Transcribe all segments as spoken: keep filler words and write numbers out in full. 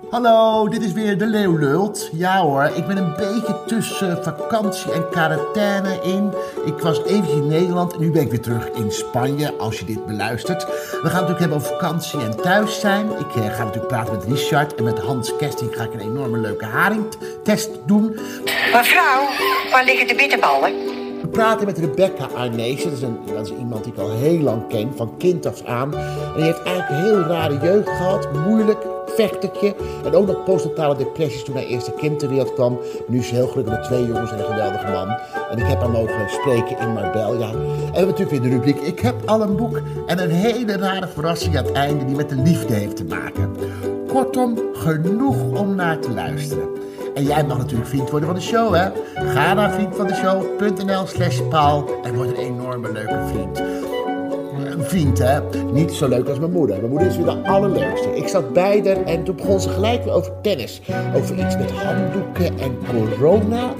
Hallo, dit is weer de Leeuw Lult. Ja hoor, ik ben een beetje tussen vakantie en quarantaine in. Ik was eventjes in Nederland en nu ben ik weer terug in Spanje, als je dit beluistert. We gaan het natuurlijk hebben over vakantie en thuis zijn. Ik eh, ga natuurlijk praten met Richard en met Hans Kesting ga ik een enorme leuke haringtest doen. Mevrouw, waar liggen de bitterballen? We praten met Rebecca Arnezen, dat is, een, dat is iemand die ik al heel lang ken, van kind af aan. En die heeft eigenlijk een heel rare jeugd gehad, moeilijk, vechtertje. En ook nog postnatale depressies toen haar eerste kind ter wereld kwam. Nu is ze heel gelukkig met twee jongens en een geweldige man. En ik heb haar mogen spreken in Marbella. En we hebben natuurlijk weer de rubriek Ik heb al een boek. En een hele rare verrassing aan het einde die met de liefde heeft te maken. Kortom, genoeg om naar te luisteren. En jij mag natuurlijk vriend worden van de show, hè? Ga naar vriendvandeshow.nl slash paal en word een enorme leuke vriend. Een vriend, hè? Niet zo leuk als mijn moeder. Mijn moeder is weer de allerleukste. Ik zat bij haar en toen begon ze gelijk weer over tennis. Over iets met handdoeken en corona.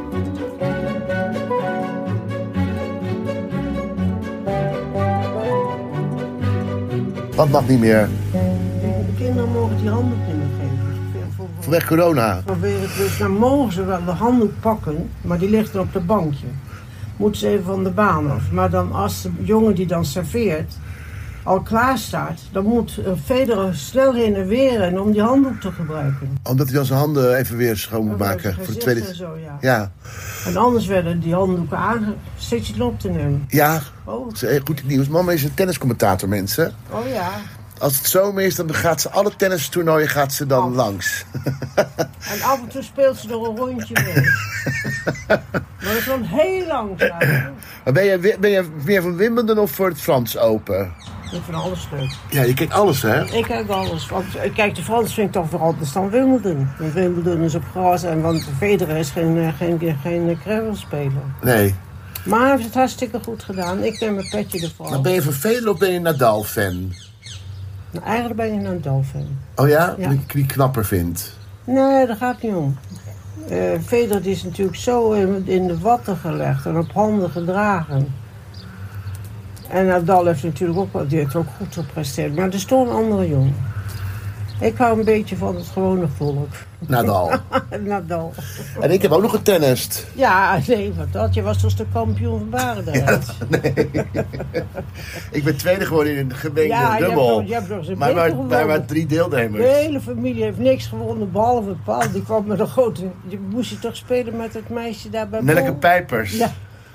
Wat mag niet meer? De kinderen mogen die handdoek niet meer geven. Vanwege corona? Vanwege, dus dan mogen ze wel de handdoek pakken, maar die ligt er op de bankje. Moet ze even van de baan af. Maar dan als de jongen die dan serveert al klaar staat, dan moet Federer snel heen en weer en om die handdoek te gebruiken. Omdat hij dan zijn handen even weer schoon moet maken voor de tweede. En zo, ja. Ja. En anders werden die handdoeken aan. Zit je het op te nemen? Ja, oh. Dat is heel goed nieuws. Mama is een tenniscommentator, mensen. Oh ja. Als het zomer is, dan gaat ze alle tennistoernooien gaat ze dan oh. langs. En af en toe speelt ze er een rondje mee. Maar dat is wel heel langzaam. Maar ben je, ben je meer van Wimbledon of voor het Frans Open? Ik vind alles leuk. Ja, je kijkt alles, hè? Ik kijk alles. Want, kijk, de Frans vind ik toch vooral anders dan Wimbledon. Want Wimbledon is op gras en want Federer is geen, geen, geen, geen gravelspeler. Nee. Maar hij heeft het hartstikke goed gedaan. Ik neem mijn petje ervan. Maar ben je van Federer of ben je Nadal-fan? Nou, eigenlijk ben je een Nadal-fan. Oh ja? Ja. Die ik die knapper vindt? Nee, daar gaat het niet om. Uh, Federer die is natuurlijk zo in, in de watten gelegd en op handen gedragen. En Nadal heeft natuurlijk ook, wel, die heeft ook goed gepresteerd. Maar er is toch een andere jongen. Ik hou een beetje van het gewone volk. Nadal. Nadal. En ik heb ook nog getennist. Ja, nee, wat dat. Je was dus de kampioen van Barendrecht. Ja, nee. Ik ben tweede geworden in de gemengde ja, dubbel. Je hebt nog, je hebt maar maar, maar maar drie deelnemers. De hele familie heeft niks gewonnen, behalve Paul. Die kwam met een grote... Je moest je toch spelen met het meisje daar bij Nelleke Bol? Pijpers. Ja.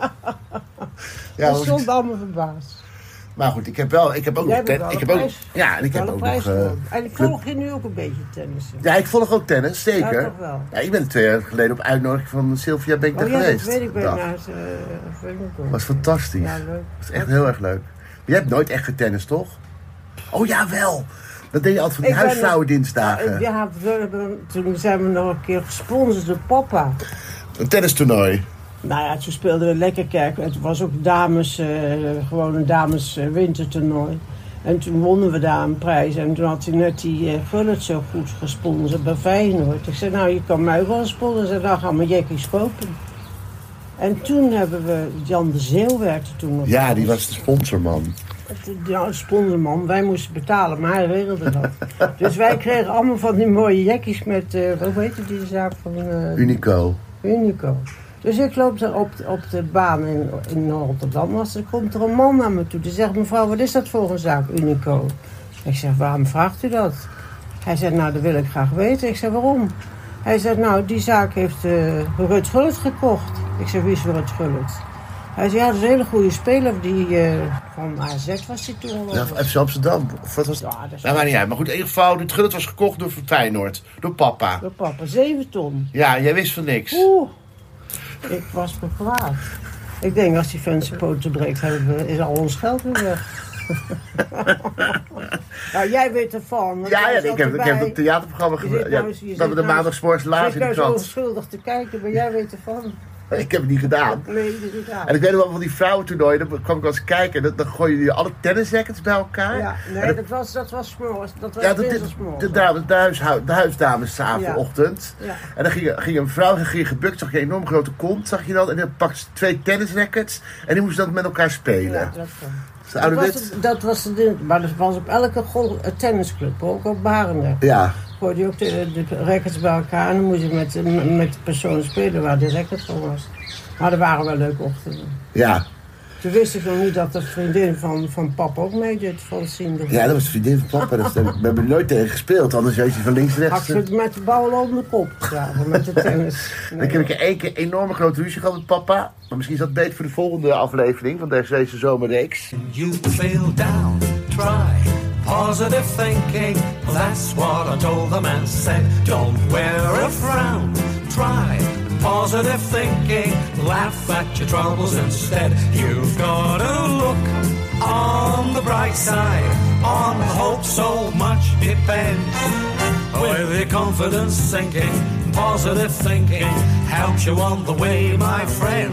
Ja, dat stond allemaal verbaasd. Maar goed, ik heb wel, ik heb ook nog tennis. Ik heb ook, ja, en ik heb ook nog. Uh, en ik volg je nu ook een beetje tennissen. Ja, ik volg ook tennis, zeker. Ja, toch wel. Ja, ik ben twee jaar geleden op uitnodiging van Sylvia ben ik oh, daar ja, geweest. Dat weet ik bij naar het uh, was fantastisch. Ja, leuk. Was echt heel erg leuk. Maar jij hebt nooit echt getennist, toch? Oh ja, wel. Dat deed je altijd van die huisvrouwendinsdagen. Ja, we, toen zijn we nog een keer gesponsord door papa. Een tennistoernooi. Nou ja, toen speelden we lekker kijken. Het was ook dames, uh, gewoon een dames uh, wintertoernooi. En toen wonnen we daar een prijs. En toen had hij net die uh, Gullit zo goed gesponsord bij Feyenoord. Ik zei, nou, je kan mij wel sponsoren. Ik zei, nou, gaan we jackies kopen. En toen hebben we, Jan de Zeeuw werkte toen nog. Ja, die was de sponsorman. Ja, sponsorman. Wij moesten betalen, maar hij regelde dat. Dus wij kregen allemaal van die mooie jackies met, uh, hoe heet het, die zaak van... Uh, Unico. Unico. Dus ik loop daar op, op de baan in, in Rotterdam. En er komt er een man naar me toe. Die zegt, mevrouw, wat is dat voor een zaak, Unico? Ik zeg, waarom vraagt u dat? Hij zegt, nou, dat wil ik graag weten. Ik zeg, waarom? Hij zegt, nou, die zaak heeft uh, Ruud Gullit gekocht. Ik zeg, wie is Ruud Gullit? Hij zei, ja, dat is een hele goede speler. Die uh, van A Z was hij toen. Ja, van F C Amsterdam. Of wat was het? Ja, dat is... nou, maar niet uit. Maar goed, in ieder geval, Ruud Gullit was gekocht door Feyenoord. Door papa. Door papa, zeven ton. Ja, jij wist van niks. Oeh. Ik was bekwaad. Ik denk, als die vent zijn poten breekt, is al ons geld weer weg. Nou, jij weet ervan. Ja, ja ik, heb, ik heb een theaterprogramma gemaakt. Ja, dat we de maandagsmorgens laat in de krant. Ik ben zo onschuldig te kijken, maar jij weet ervan. Ik heb het niet gedaan. Nee, dat is niet gedaan. En ik weet nog wel van die vrouwentoernooien, dan kwam ik wel eens kijken. Dan, dan gooien jullie alle tennisrackets bij elkaar. Ja, nee, dat, dat was dat was s'morgens. Dat was ja, dat, de, de, de, de, huishu, de huisdamesavonochtend. Ja. Ja. En dan ging, ging een vrouw ging gebukt, zag je een enorm grote kont, zag je dat. En dan pakte ze twee tennisrackets en die moesten dat met elkaar spelen. Ja, dat kan. Dat was, het, dat was het, maar dat was op elke golf, tennisclub, ook op Barendrecht. Ja. gooide hij ook de, de rackets bij elkaar en dan moest je met, met de persoon spelen waar de racket van was. Maar dat waren wel leuke ochtenden. Ja. Toen wist ik nog niet dat de vriendin van, van papa ook meedeed, van Sindel. Ja, dat was de vriendin van papa. Dat, we hebben er nooit tegen gespeeld, anders weet je van links rechts. Had ze met de bal over de kop geslagen, met de tennis. Nee. Dan heb ik één keer een enorme grote ruzie gehad met papa. Maar misschien is dat beter voor de volgende aflevering van deze zomerreeks. You feel down, try positive thinking. That's what I told the man said. Don't wear a frown, try positive thinking. Laugh at your troubles instead. You've got to look on the bright side. On hope so much depends. With your confidence thinking, positive thinking helps you on the way, my friend.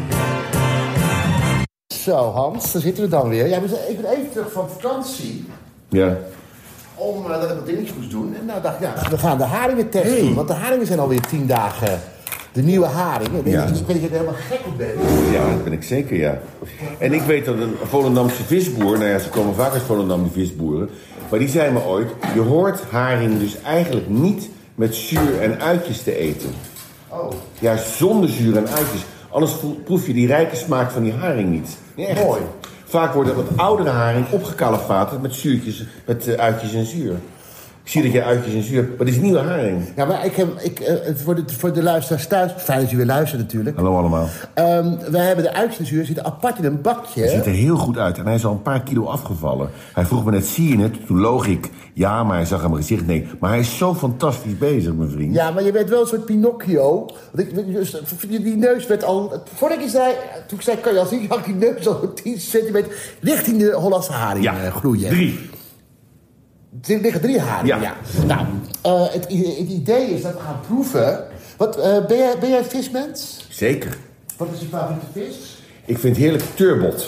Zo, Hans, daar zitten we dan weer. Ja, ik ben even terug van vakantie. Ja. Om uh, dat ik wat dingetjes moest doen. En nou dacht ik, ja, we gaan de haringentest Hey. doen. Want de haringen zijn alweer tien dagen de nieuwe haringen. Ja. Ik weet dat je er helemaal gek op bent. Ja, dat ben ik zeker, ja. En ik weet dat een Volendamse visboer... Nou ja, ze komen vaak uit Volendam, die visboeren. Maar die zei me ooit... Je hoort haring dus eigenlijk niet met zuur en uitjes te eten. Oh. Ja, zonder zuur en uitjes. Anders proef je die rijke smaak van die haring niet. Ja, echt. Mooi. Vaak wordt wat oudere haring opgekalefaterd met zuurtjes, met uh, uitjes en zuur. Ik zie dat je uitjes en zuur... Maar dit is nieuwe haring. Ja, maar ik heb, ik, uh, voor, de, voor de luisteraars thuis... Fijn dat je weer luistert natuurlijk. Hallo allemaal. Um, we hebben de uitjes en zuur zitten apart in een bakje. Hij ziet er heel goed uit en hij is al een paar kilo afgevallen. Hij vroeg me net, zie je het? Toen loog ik. Ja, maar hij zag aan mijn gezicht, nee. Maar hij is zo fantastisch bezig, mijn vriend. Ja, maar je bent wel een soort Pinocchio. Want ik, dus, die neus werd al... Voordat ik zei... Toen ik zei, kan je al zien... had die neus al tien centimeter richting de Hollandse haring Ja, uh, groeien. drie. Er liggen drie haringen, ja. Ja. Nou, uh, het, het idee is dat we gaan proeven. Wat, uh, ben, jij, ben jij vismens? Zeker. Wat is je favoriete vis? Ik vind heerlijk turbot.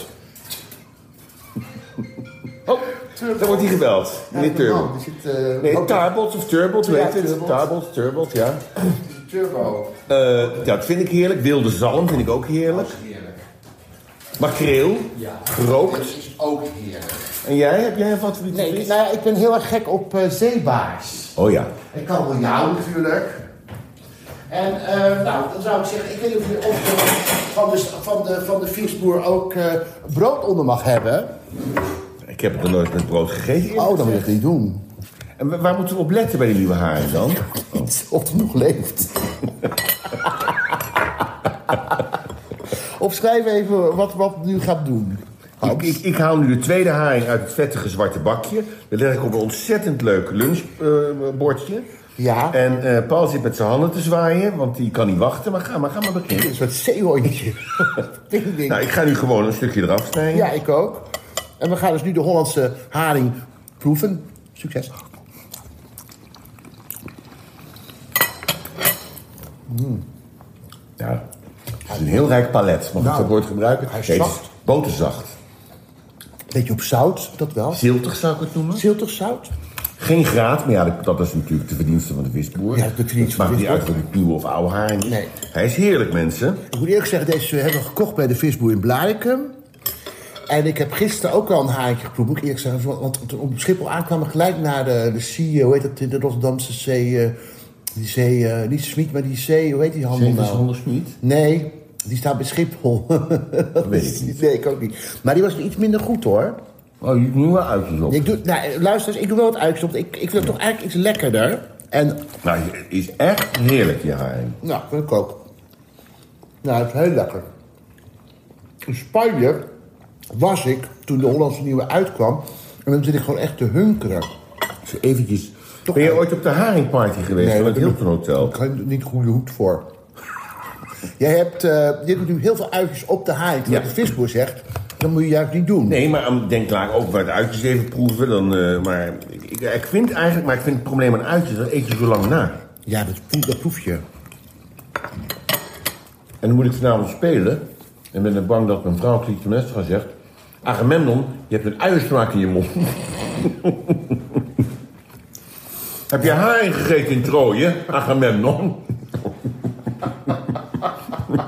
Oh, daar wordt hij gebeld. Meneer Turbot. Die zit, uh, Nee, oh, tarbot of turbot, Ja, weet je. turbot. Tarbot, turbot, ja. Turbo. Uh, ja, dat vind ik heerlijk. Wilde zalm vind ik ook heerlijk. Heerlijk. Makreel, Ja. gerookt. Dat is ook heerlijk. En jij, heb jij een favoriete Nee, vis? nou ja, ik ben heel erg gek op uh, zeebaars. Oh ja. Ik kan wel jou natuurlijk. En uh, nou, dan zou ik zeggen, ik weet niet of je of de, van, de, van, de, van de visboer ook uh, brood onder mag hebben. Ik heb het er nooit met brood gegeten. Oh, dan moet je het niet doen. En wa- waar moeten we op letten bij die nieuwe haring dan? Oh. Of hij nog leeft. Opschrijf even wat, wat we nu gaan doen. Ik, ik, ik haal nu de tweede haring uit het vettige zwarte bakje. Dat leg ik op een ontzettend leuk lunchbordje. Uh, Ja. En uh, Paul zit met zijn handen te zwaaien, want die kan niet wachten. Maar ga maar, ga maar beginnen. Een soort zeehondje. Nou, ik ga nu gewoon een stukje eraf snijden. Ja, ik ook. En we gaan dus nu de Hollandse haring proeven. Succes. Mm. Ja, het is een heel rijk palet. Mag ik Nou, dat woord gebruiken? hij is Nee, het zacht. boterzacht. Beetje op zout, dat wel. Ziltig zou ik het noemen. Ziltig zout. Geen graad, maar ja, dat, dat is natuurlijk de verdienste van de visboer. Ja, de verdienste van de Maakt niet visboer. uit of het nieuwe of oude haring is. Nee. Hij is heerlijk, mensen. Ik moet eerlijk zeggen, deze hebben we gekocht bij de visboer in Blaricum. En ik heb gisteren ook al een haringje geproefd, moet ik eerlijk zeggen. Want toen op Schiphol aankwamen we gelijk naar de, de zee, hoe heet dat, de Rotterdamse zee... Uh, die zee, uh, niet Smit, maar die zee, hoe heet die handel nou? Zonder Smit? Nee, die staat bij Schiphol. Dat weet ik niet. Nee, ik ook niet. Maar die was iets minder goed, hoor. Oh, je doet nu wel uitjes op. Ik doe, nou, luister eens, ik doe wel wat uitjes op. Ik, ik vind het toch eigenlijk iets lekkerder. En, Nou, het is echt heerlijk, die haring. nou, vind ik ook. Nou, het is heel lekker. In Spanje was ik, toen de Hollandse Nieuwe uitkwam... en dan zit ik gewoon echt te hunkeren. Dus eventjes... Toch Ben je uit- ooit op de haringparty geweest van dat het Hilton Hotel? Ik heb er niet goede hoed voor. Jij hebt, uh, je doet nu heel veel uitjes op de haring. Terwijl Ja. de visboer zegt, dat moet je juist niet doen. Nee, maar um, denk klaar ook bij de uitjes even proeven. Dan, uh, maar ik, ik, ik vind eigenlijk, maar ik vind het probleem aan uitjes, dat eet je zo lang na. Ja, dat, proef- dat proef je. En dan moet ik vanavond spelen. En ben ik bang dat mijn vrouw Clytemnestra zegt... Agamemnon, je hebt een uiensmaak in je mond. Heb je haring gegeten in Troje, Agamemnon?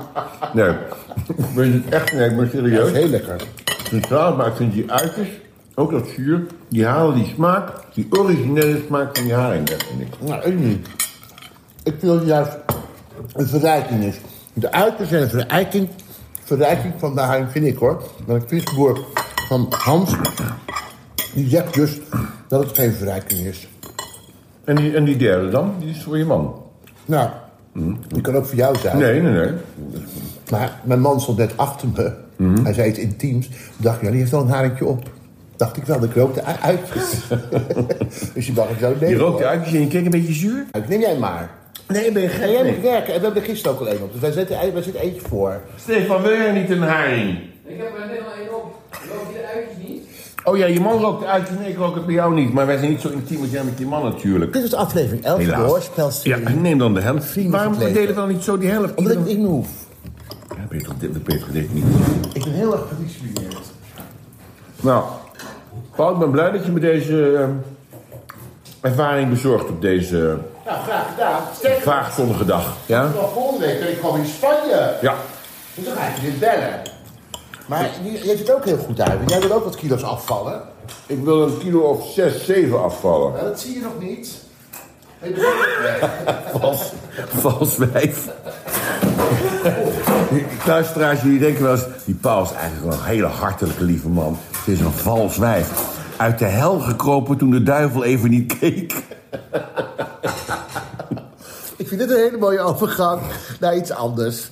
Nee, ik vind het echt, nee, ik ben Ja, dat serieus. is heel lekker. Het is raar, maar ik vind die uitjes Ook dat zuur, die halen die smaak, die originele smaak van die haring weg, vind ik. Nou, ik niet. Ik vind dat het juist een verrijking is. De uitjes zijn een verrijking, verrijking van de haring, vind ik hoor. Maar de visboer van Hans, die zegt dus dat het geen verrijking is. En die, en die derde dan? Die is voor je man? Nou, mm. die kan ook voor jou zijn. Nee, nee, nee. Maar mijn man stond net achter me. Mm. Hij zei iets intiems. Toen dacht ik, ja, die heeft wel een haringje op. Dacht ik wel, de rookte uitjes. Dus je dacht, ik zou het nemen. Je rookt de uitjes en je keek een beetje zuur? Neem jij maar. Nee, ben je gek? En jij moet werken. En we hebben er gisteren ook al één op. Dus wij zetten, wij zetten eentje voor. Stefan, wil jij niet een haring? Ik heb er helemaal één op. Rook je de uitjes niet? Oh ja, je man rookt de uitjes. Nee, ik rook het bij jou niet. Maar wij zijn niet zo intiem als jij met je man natuurlijk. Dit is aflevering elf, de hoorspelserie. Ja, neem dan de helft. Vrienden Waarom van het verdelen we dan niet zo die helft? Omdat ik het niet hoef. Ja, Peter, dit Peter deed niet. Ik ben heel erg gedisciplineerd. Nou, Paul, ik ben blij dat je me deze uh, ervaring bezorgt op deze Nou, graag gedaan. uh, vaagzonnige dag. Ja? Nog volgende week ben ik gewoon in Spanje. Ja. Dus dan ga ik je weer bellen. Maar jij ziet er ook heel goed uit. Jij wil ook wat kilo's afvallen. Ik wil een kilo of zes, zeven afvallen. Nou, dat zie je nog niet. Nee, dat Vals, vals wijf. Luisteraars, jullie denken wel eens... die Paul is eigenlijk wel een hele hartelijke lieve man. Het is een vals wijf. Uit de hel gekropen toen de duivel even niet keek. Ik vind dit een hele mooie overgang naar iets anders.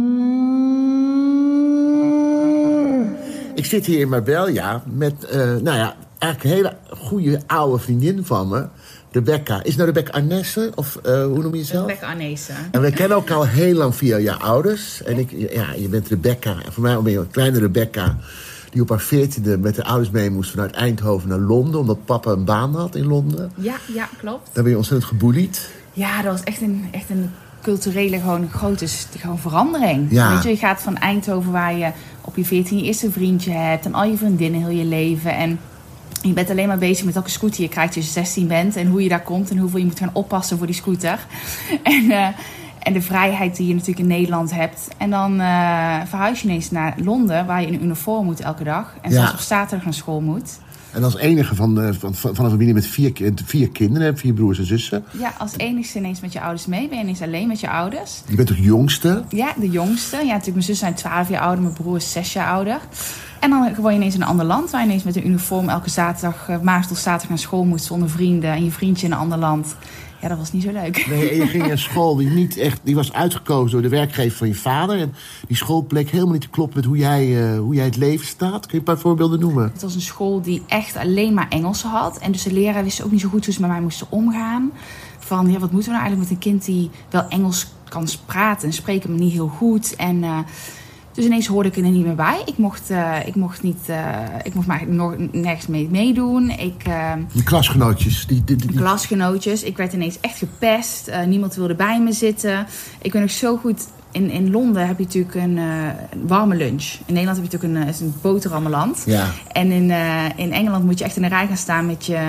Ik zit hier in Marbella met, uh, nou ja, eigenlijk een hele goede oude vriendin van me. Rebecca. Is het nou Rebecca Arnesse? Of uh, hoe noem je jezelf? Rebecca Arnesse. En we kennen elkaar al heel lang via je ouders. En ik, ja, je bent Rebecca. En voor mij ben je een kleine Rebecca die op haar veertiende met de ouders mee moest vanuit Eindhoven naar Londen. Omdat papa een baan had in Londen. Ja, ja, klopt. Daar ben je ontzettend geboelied. Ja, dat was echt een, echt een culturele gewoon grote gewoon verandering. Ja. Weet je, je gaat van Eindhoven waar je op je veertien je eerste vriendje hebt. En al je vriendinnen heel je leven. En je bent alleen maar bezig met welke scooter je krijgt als je zestien bent. En hoe je daar komt en hoeveel je moet gaan oppassen voor die scooter. En, uh, en de vrijheid die je natuurlijk in Nederland hebt. En dan uh, verhuis je ineens naar Londen waar je in een uniform moet elke dag. En Ja. zelfs op zaterdag naar school moet. En als enige van, uh, van, van een familie met vier, ki- vier kinderen, vier broers en zussen. Ja, als enigste ineens met je ouders mee. Ben je ineens alleen met je ouders. Je bent toch jongste? Ja, de jongste. Ja, natuurlijk, mijn zus zijn twaalf jaar ouder, mijn broer is zes jaar ouder. En dan woon je ineens in een ander land, waar je ineens met een uniform elke zaterdag, uh, maandag tot zaterdag naar school moet zonder vrienden. En je vriendje in een ander land. Ja, dat was niet zo leuk. Nee, en je ging naar school die niet echt, die was uitgekozen door de werkgever van je vader. En die school bleek helemaal niet te kloppen met hoe jij, uh, hoe jij het leven staat. Kun je een paar voorbeelden noemen? Het was een school die echt alleen maar Engels had. En dus de leraar wist ook niet zo goed hoe ze met mij moesten omgaan. Van, ja, wat moeten we nou eigenlijk met een kind die wel Engels kan praten en spreken, maar niet heel goed. En uh, dus ineens hoorde ik er niet meer bij. Ik mocht, uh, ik mocht, niet, uh, ik mocht maar nog nergens mee meedoen. Ik, uh, Die klasgenootjes. Die, die, die, die... klasgenootjes. Ik werd ineens echt gepest. Uh, niemand wilde bij me zitten. Ik ben nog zo goed... In, in Londen heb je natuurlijk een uh, warme lunch. In Nederland heb je natuurlijk een, is een boterhammenland. Ja. En in, uh, in Engeland moet je echt in de rij gaan staan met je...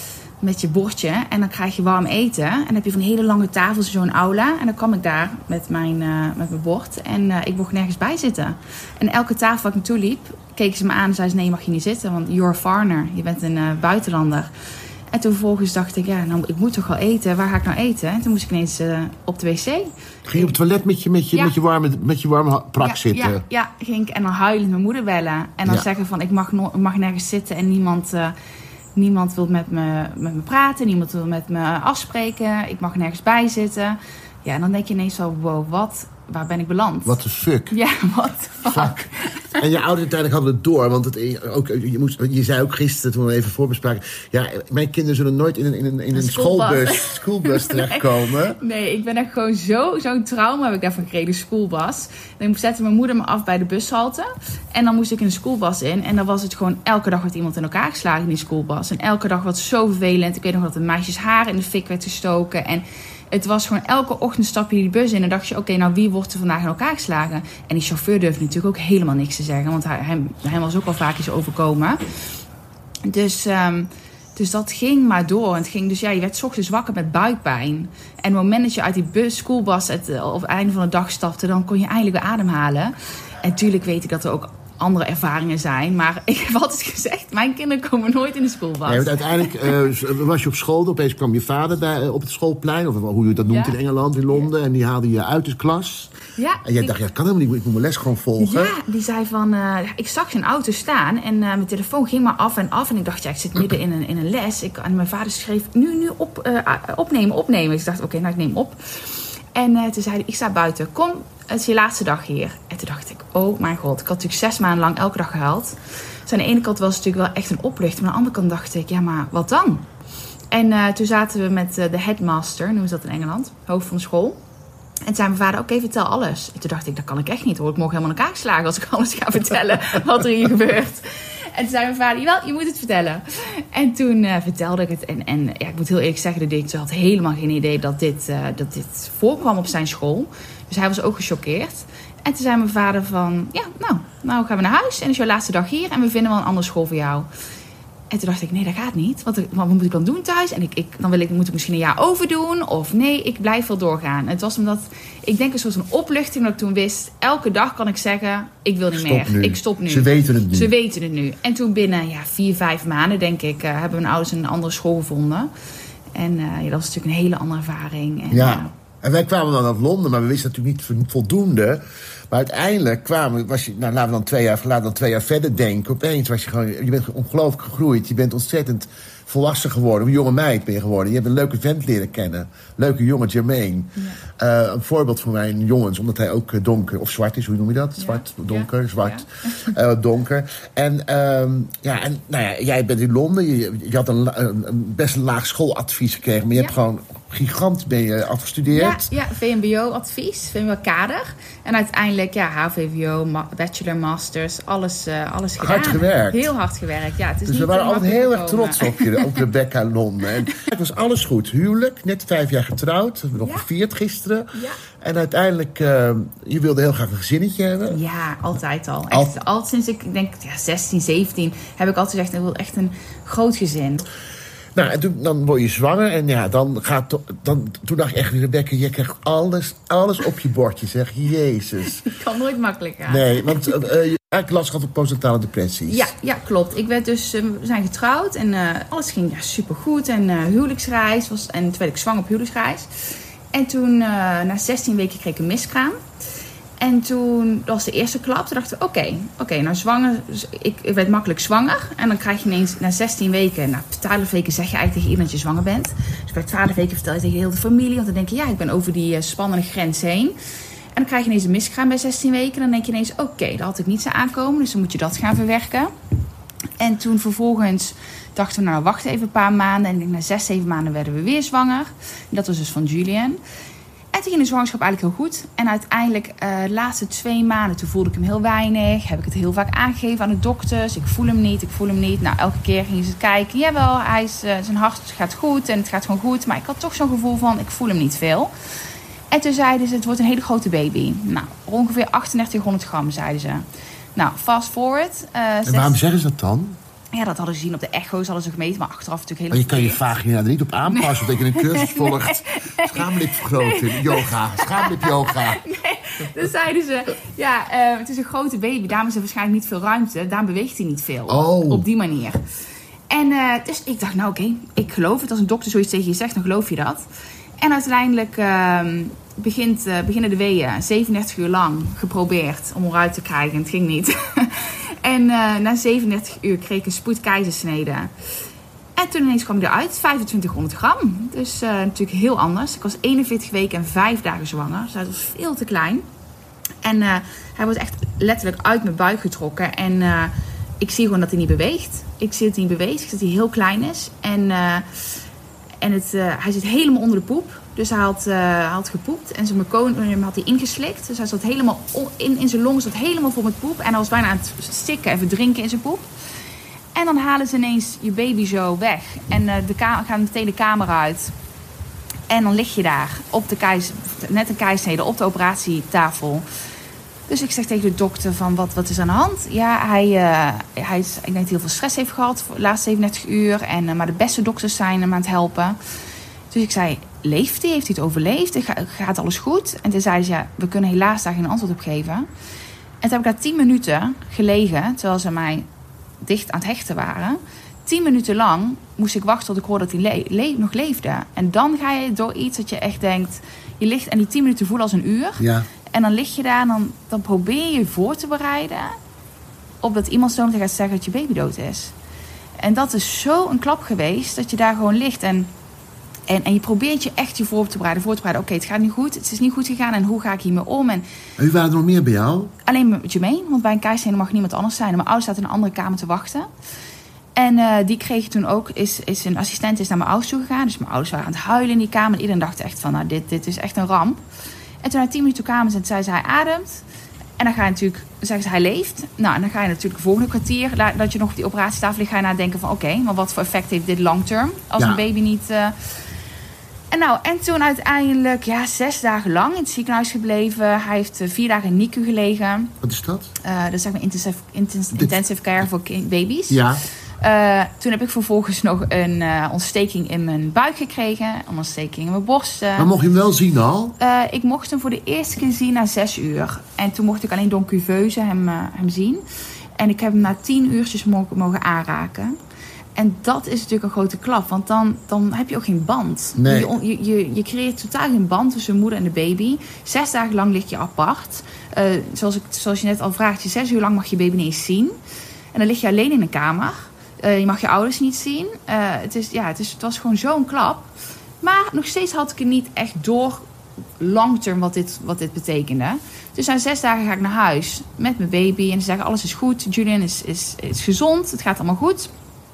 met je bordje en dan krijg je warm eten. En dan heb je van hele lange tafels, zo'n aula. En dan kwam ik daar met mijn, uh, met mijn bord. En uh, ik mocht nergens bij zitten. En elke tafel waar ik naartoe liep, keken ze me aan en zeiden ze, nee, je mag hier niet zitten. Want you're a foreigner, je bent een uh, buitenlander. En toen vervolgens dacht ik, ja, nou, ik moet toch wel eten. Waar ga ik nou eten? En toen moest ik ineens uh, op de wc. Ging je op het toilet met je, met je, Ja. met je, warme, met je warme prak ja, zitten? Ja, ja, ging ik en dan huilend mijn moeder bellen. En dan Ja. zeggen van, ik mag, no- mag nergens zitten en niemand... Uh, Niemand wil met me, met me praten, niemand wil met me afspreken. Ik mag nergens bij zitten. Ja, en dan denk je ineens wel, wow, wat, waar ben ik beland? What the fuck? Ja, what the fuck? Fuck. En je ouders uiteindelijk hadden het door. Want het, ook, je, moest, je zei ook gisteren, toen we even voorbespraken... ja, mijn kinderen zullen nooit in een, in een, in een schoolbus. schoolbus, schoolbus terechtkomen. Nee, ik ben echt gewoon zo, zo'n trauma heb ik daarvan gekregen, de schoolbus. Dan zette mijn moeder me af bij de bushalte. En dan moest ik in de schoolbus in. En dan was het gewoon, elke dag werd iemand in elkaar geslagen in die schoolbus. En elke dag was het zo vervelend. Ik weet nog dat een meisjes haar in de fik werd gestoken. En het was gewoon, elke ochtend stap je die bus in en dacht je, oké, okay, nou wie wordt er vandaag in elkaar geslagen? En die chauffeur durfde natuurlijk ook helemaal niks te zeggen. Want hij, hem, hem was ook al vaak eens overkomen. Dus... Um, Dus dat ging maar door. En het ging dus, ja, je werd 's ochtends wakker met buikpijn. En op het moment dat je uit die bus, schoolbus het, op het einde van de dag stapte, dan kon je eindelijk weer ademhalen. En natuurlijk weet ik dat er ook andere ervaringen zijn. Maar ik heb altijd gezegd, mijn kinderen komen nooit in de schoolbus. Nee, want uiteindelijk uh, was je op school. Opeens kwam je vader bij, uh, op het schoolplein. Of hoe je dat noemt ja. in Engeland, in Londen. Ja. En die haalde je uit de klas. Ja, en jij ik, dacht, ja, dat kan helemaal niet. Ik moet mijn les gewoon volgen. Ja, die zei van... Uh, ik zag zijn auto staan. En uh, mijn telefoon ging maar af en af. En ik dacht, ja, ik zit midden in een, in een les. Ik, en mijn vader schreef, nu, nu op, uh, opnemen, opnemen. Dus ik dacht, oké, okay, nou, ik neem op. En uh, toen zei hij, ik sta buiten. Kom, het is je laatste dag hier. En toen dacht ik, oh mijn god. Ik had natuurlijk zes maanden lang elke dag gehuild. Dus aan de ene kant was het natuurlijk wel echt een opluchting. Maar aan de andere kant dacht ik, ja, maar wat dan? En uh, toen zaten we met uh, de headmaster, noemen ze dat in Engeland. Hoofd van de school. En toen zei mijn vader, oké, okay, vertel alles. En toen dacht ik, dat kan ik echt niet. Dan word ik morgen helemaal in elkaar geslagen als ik alles ga vertellen wat er hier gebeurt. En toen zei mijn vader, jawel, je moet het vertellen. En toen uh, vertelde ik het. En, en ja, ik moet heel eerlijk zeggen, de directeur had helemaal geen idee dat dit, uh, dat dit voorkwam op zijn school. Dus hij was ook gechoqueerd. En toen zei mijn vader van, ja, nou, nou gaan we naar huis. En het is jouw laatste dag hier en we vinden wel een andere school voor jou. En toen dacht ik, nee, dat gaat niet. Wat, wat moet ik dan doen thuis? En ik, ik, dan wil ik, moet ik misschien een jaar overdoen. Of nee, ik blijf wel doorgaan. En het was omdat, ik denk een soort van opluchting dat ik toen wist. Elke dag kan ik zeggen, ik wil niet stop meer. Nu. Ik stop nu. Ze weten het nu. Ze weten het nu. En toen binnen ja, vier, vijf maanden, denk ik, uh, hebben mijn ouders een andere school gevonden. En uh, ja, dat was natuurlijk een hele andere ervaring. En, ja. Uh, En wij kwamen dan uit Londen, maar we wisten natuurlijk niet voldoende. Maar uiteindelijk kwamen, was je, nou, laten we dan twee jaar, laten we dan twee jaar verder denken. Opeens was je gewoon, je bent ongelooflijk gegroeid. Je bent ontzettend volwassen geworden. Een jonge meid ben je geworden. Je hebt een leuke vent leren kennen. Leuke jongen, Jermaine. Ja. Uh, een voorbeeld voor mijn jongens, omdat hij ook donker of zwart is. Hoe noem je dat? Zwart, ja. donker, ja. zwart, ja. Uh, donker. En, um, ja, en nou ja, jij bent in Londen. Je, je had een, een, een best een laag schooladvies gekregen. Maar je ja. hebt gewoon gigant ben je afgestudeerd. Ja, ja, V M B O-advies, V M B O-kader. En uiteindelijk, ja, H V W O, ma- bachelor, masters, alles, uh, alles gedaan. Hard gewerkt. Heel hard gewerkt, ja. Het is dus niet we waren altijd heel erg gekomen. trots op je, op Rebecca Londen. En het was alles goed. Huwelijk, net vijf jaar getrouwd. We hebben nog ja. gevierd gisteren. Ja. En uiteindelijk, uh, je wilde heel graag een gezinnetje hebben. Ja, altijd al. Echt, Al- al sinds ik denk ja, zestien, zeventien heb ik altijd gezegd, ik wil echt een groot gezin. Nou, en toen, dan word je zwanger en ja, dan gaat to, dan, toen dacht ik echt, Rebecca, je krijgt alles, alles op je bordje, zeg. Jezus. Het kan nooit makkelijk gaan. Nee, want uh, je hebt eigenlijk last gehad van postnatale depressies. Ja, ja, klopt. Ik werd dus, uh, we zijn getrouwd en uh, alles ging ja, supergoed. En uh, huwelijksreis was, en toen werd ik zwanger op huwelijksreis. En toen, uh, na zestien weken kreeg ik een miskraam. En toen was de eerste klap. Toen dachten we, oké, okay, oké, okay, nou zwanger. Dus ik, ik werd makkelijk zwanger. En dan krijg je ineens na zestien weken, na twaalf weken zeg je eigenlijk tegen iedereen dat je zwanger bent. Dus bij twaalf weken vertel je tegen heel de familie. Want dan denk je, ja, ik ben over die uh, spannende grens heen. En dan krijg je ineens een miskraam bij zestien weken. Dan denk je ineens, oké, okay, daar had ik niet zo aankomen. Dus dan moet je dat gaan verwerken. En toen vervolgens dachten we, nou, wacht even een paar maanden. En ik denk, na zes, zeven maanden werden we weer zwanger. En dat was dus van Julian. En toen ging de zwangerschap eigenlijk heel goed. En uiteindelijk, uh, de laatste twee maanden, toen voelde ik hem heel weinig. Heb ik het heel vaak aangegeven aan de dokters. Ik voel hem niet, ik voel hem niet. Nou, elke keer gingen ze kijken. Jawel, hij is, uh, zijn hart gaat goed en het gaat gewoon goed. Maar ik had toch zo'n gevoel van, ik voel hem niet veel. En toen zeiden ze, het wordt een hele grote baby. Nou, ongeveer drieënachtighonderd gram, zeiden ze. Nou, fast forward. Uh, en waarom zeggen ze dat dan? Ja, dat hadden ze gezien op de echo's, hadden ze gemeten. Maar achteraf natuurlijk Maar je helemaal kan je vagina er niet op aanpassen. Nee. Dat je een cursus volgt. Schaamlipvergroting, yoga. Schaamlip yoga. Nee, dus zeiden ze, ja, uh, het is een grote baby. Daarom is er waarschijnlijk niet veel ruimte. Daarom beweegt hij niet veel. Oh. Op die manier. En uh, dus ik dacht, nou oké, okay, ik geloof het. Als een dokter zoiets tegen je zegt, dan geloof je dat. En uiteindelijk uh, begint, uh, beginnen de weeën. zevenendertig uur lang geprobeerd om eruit te krijgen. Het ging niet. En uh, na zevenendertig uur kreeg ik een spoedkeizersnede. En toen ineens kwam hij eruit, vijfentwintighonderd gram. Dus uh, natuurlijk heel anders. Ik was eenenveertig weken en vijf dagen zwanger. Dus hij was veel te klein. En uh, hij wordt echt letterlijk uit mijn buik getrokken. En uh, ik zie gewoon dat hij niet beweegt. Ik zie dat hij niet beweegt. Ik zie dat hij heel klein is. En, uh, en het, uh, hij zit helemaal onder de poep. Dus hij had, uh, hij had gepoept en zijn meconium had hij ingeslikt. Dus hij zat helemaal in, in zijn longen, zat helemaal vol met poep. En hij was bijna aan het stikken en verdrinken in zijn poep. En dan halen ze ineens je baby zo weg. En uh, de ka- gaan meteen de kamer uit. En dan lig je daar, op de keis, net een keisnede, op de operatietafel. Dus ik zeg tegen de dokter van, wat, wat is aan de hand? Ja, hij, uh, hij is, ik denk dat hij heel veel stress heeft gehad voor de laatste zevenendertig uur. En, uh, maar de beste dokters zijn hem aan het helpen. Dus ik zei, leeft hij? Heeft hij het overleefd? Gaat alles goed? En toen zei ze, ja, we kunnen helaas daar geen antwoord op geven. toen heb ik daar tien minuten gelegen, terwijl ze mij dicht aan het hechten waren. Tien minuten lang moest ik wachten tot ik hoorde dat hij le- le- nog leefde. En dan ga je door iets dat je echt denkt... Je ligt en die tien minuten voelen als een uur. Ja. En dan lig je daar en dan, dan probeer je je voor te bereiden... op dat iemand zo meteen gaat zeggen dat je baby dood is. En dat is zo een klap geweest dat je daar gewoon ligt. En, en, en je probeert je echt je voor te bereiden. Voor te bereiden, oké, okay, het gaat niet goed. Het is niet goed gegaan en hoe ga ik hiermee om? En En wie waren er nog meer bij jou? alleen met Jermaine, want bij een keizersnede mag niemand anders zijn. En mijn ouders zaten in een andere kamer te wachten. En uh, die kreeg toen ook, is, is een assistent is naar mijn ouders toe gegaan. Dus mijn ouders waren aan het huilen in die kamer. En iedereen dacht echt van, nou, dit, dit is echt een ramp. En toen na tien minuten kwamen ze en zei ze, hij ademt. En dan ga je natuurlijk, dan zeggen ze, hij leeft. Nou, en dan ga je natuurlijk de volgende kwartier, dat je nog op die operatietafel ligt, ga je nadenken van, oké, okay, maar wat voor effect heeft dit long term? Als ja. een baby niet... Uh... En nou, en toen uiteindelijk, ja, zes dagen lang in het ziekenhuis gebleven. Hij heeft uh, vier dagen in N I C U gelegen. Wat is dat? Uh, dat is zeg maar intensive, intensive, intensive care voor kind, baby's. Ja. Uh, toen heb ik vervolgens nog een uh, ontsteking in mijn buik gekregen. Een ontsteking in mijn borst. Uh. Maar mocht je hem wel zien al? Uh, ik mocht hem voor de eerste keer zien na zes uur. En toen mocht ik alleen door een cuveuse hem, uh, hem zien. En ik heb hem na tien uurtjes mogen, mogen aanraken. En dat is natuurlijk een grote klap. Want dan, dan heb je ook geen band. Nee. Je, je, je, je creëert totaal geen band tussen de moeder en de baby. Zes dagen lang lig je apart. Uh, zoals, ik, zoals je net al vraagt. Je zes uur lang mag je baby niet eens zien. En dan lig je alleen in een kamer. Uh, je mag je ouders niet zien. Uh, het, is, ja, het, is, het was gewoon zo'n klap. Maar nog steeds had ik het niet echt door long term wat dit, wat dit betekende. Dus na zes dagen ga ik naar huis met mijn baby. En ze zeggen alles is goed. Julian is, is, is gezond. Het gaat allemaal goed.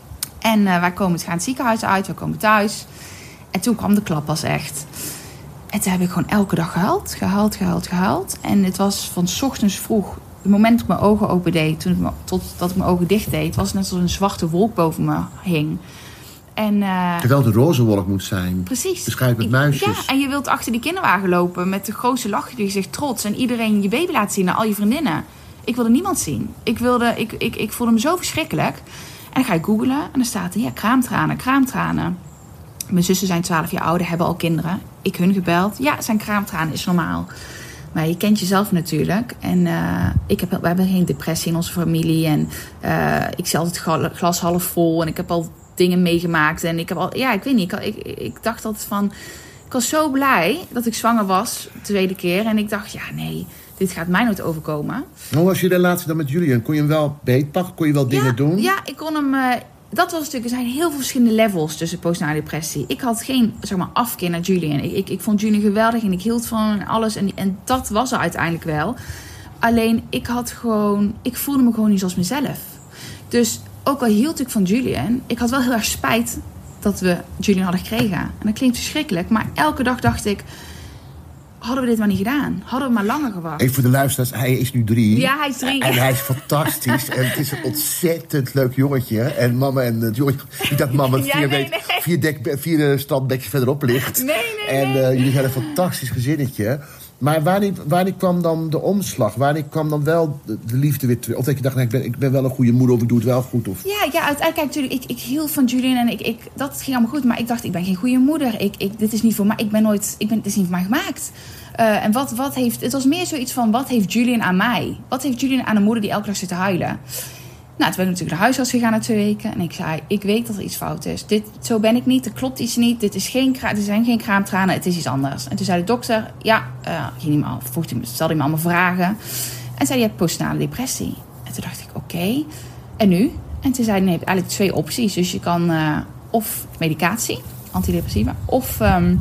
En uh, wij komen, gaan het ziekenhuis uit. We komen thuis. En toen kwam de klap pas echt. En toen heb ik gewoon elke dag gehuild. Gehuild, gehuild, gehuild. En het was van 's ochtends vroeg... Het moment dat ik mijn ogen open deed, toen ik me, totdat ik mijn ogen dicht deed, was het net alsof een zwarte wolk boven me hing. En, uh, Terwijl het een roze wolk moet zijn. Precies. Beschrijf met muisjes. Ja, en je wilt achter die kinderwagen lopen met de grootste lach op je gezicht, trots. En iedereen je baby laat zien naar al je vriendinnen. Ik wilde niemand zien. Ik, wilde, ik, ik, ik voelde me zo verschrikkelijk. En dan ga je googlen en dan staat er, ja, kraamtranen, kraamtranen. Mijn zussen zijn twaalf jaar ouder, hebben al kinderen. Ik hun gebeld. Ja, zijn kraamtranen is normaal. Maar je kent jezelf natuurlijk. En uh, ik heb, we hebben geen depressie in onze familie. En uh, ik zie altijd het glas half vol. En ik heb al dingen meegemaakt. En ik heb al, ja, ik weet niet. Ik, ik, ik dacht altijd van... Ik was zo blij dat ik zwanger was, de tweede keer. En ik dacht, ja, nee, dit gaat mij nooit overkomen. Hoe was je relatie dan met Julian? Kon je hem wel beetpakken? Kon je wel dingen ja, doen? Ja, ik kon hem... Uh, dat was natuurlijk, er zijn heel veel verschillende levels tussen postnatale depressie. Ik had geen, zeg maar, afkeer naar Julian. Ik, ik, ik vond Julian geweldig en ik hield van hem en alles. En, en dat was er uiteindelijk wel. Alleen, ik had gewoon, ik voelde me gewoon niet zoals mezelf. Dus ook al hield ik van Julian, ik had wel heel erg spijt dat we Julian hadden gekregen. En dat klinkt verschrikkelijk, maar elke dag dacht ik, hadden we dit maar niet gedaan? Hadden we maar langer gewacht? Even voor de luisteraars, hij is nu drie. Ja, hij is drie. En hij is fantastisch. En het is een ontzettend leuk jongetje. En mama en het jongetje... Niet dat mama vier, ja, nee, nee, nee. vier, dek, vier standbekjes verderop ligt. Nee, nee, en uh, nee. jullie zijn een fantastisch gezinnetje. Maar wanneer, wanneer kwam dan de omslag? Wanneer kwam dan wel de, de liefde weer terug? Of dat je dacht, nou, ik, ben, ik ben wel een goede moeder of ik doe het wel goed? Of... Ja, ja, uiteindelijk, natuurlijk, ik, ik hield van Julian en ik, ik, dat ging allemaal goed. Maar ik dacht, ik ben geen goede moeder. Ik, ik, dit is niet voor mij. Ik ben nooit, ik ben, het is niet voor mij gemaakt. Uh, en wat, wat heeft, het was meer zoiets van, wat heeft Julian aan mij? Wat heeft Julian aan een moeder die elke dag zit te huilen? Nou, toen ben ik natuurlijk naar huisarts gegaan na twee weken. En ik zei, ik weet dat er iets fout is. Dit, zo ben ik niet, er klopt iets niet. Dit is geen, er zijn geen kraamtranen, het is iets anders. En toen zei de dokter, ja, uh, ging hij me al, vroeg hij, stelde hij me allemaal vragen. En zei, je hebt postnatale depressie. En toen dacht ik, oké, okay. En nu? En toen zei hij, nee, je hebt eigenlijk twee opties. Dus je kan uh, of medicatie, antidepressiva, of um,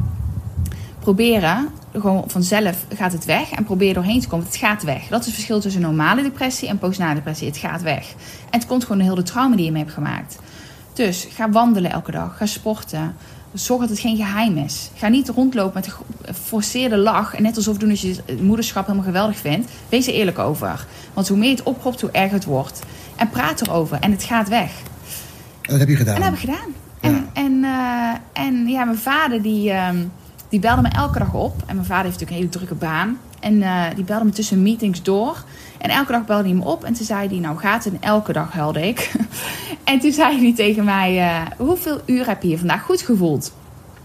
proberen... Gewoon vanzelf gaat het weg en probeer doorheen te komen. Het gaat weg. Dat is het verschil tussen normale depressie en postnatale depressie. Het gaat weg. En het komt gewoon de hele trauma die je mee hebt gemaakt. Dus ga wandelen elke dag. Ga sporten. Zorg dat het geen geheim is. Ga niet rondlopen met een geforceerde lach. En net alsof doen dat je het moederschap helemaal geweldig vindt. Wees er eerlijk over. Want hoe meer je het opkropt, hoe erger het wordt. En praat erover. En het gaat weg. En dat heb je gedaan? En dat heb ik gedaan. Ja. En, en, uh, en ja, mijn vader die... Uh, Die belde me elke dag op. En mijn vader heeft natuurlijk een hele drukke baan. En uh, die belde me tussen meetings door. En elke dag belde hij me op. En toen zei hij, nou gaat het? En elke dag huilde ik. En toen zei hij tegen mij, uh, hoeveel uur heb je hier vandaag goed gevoeld?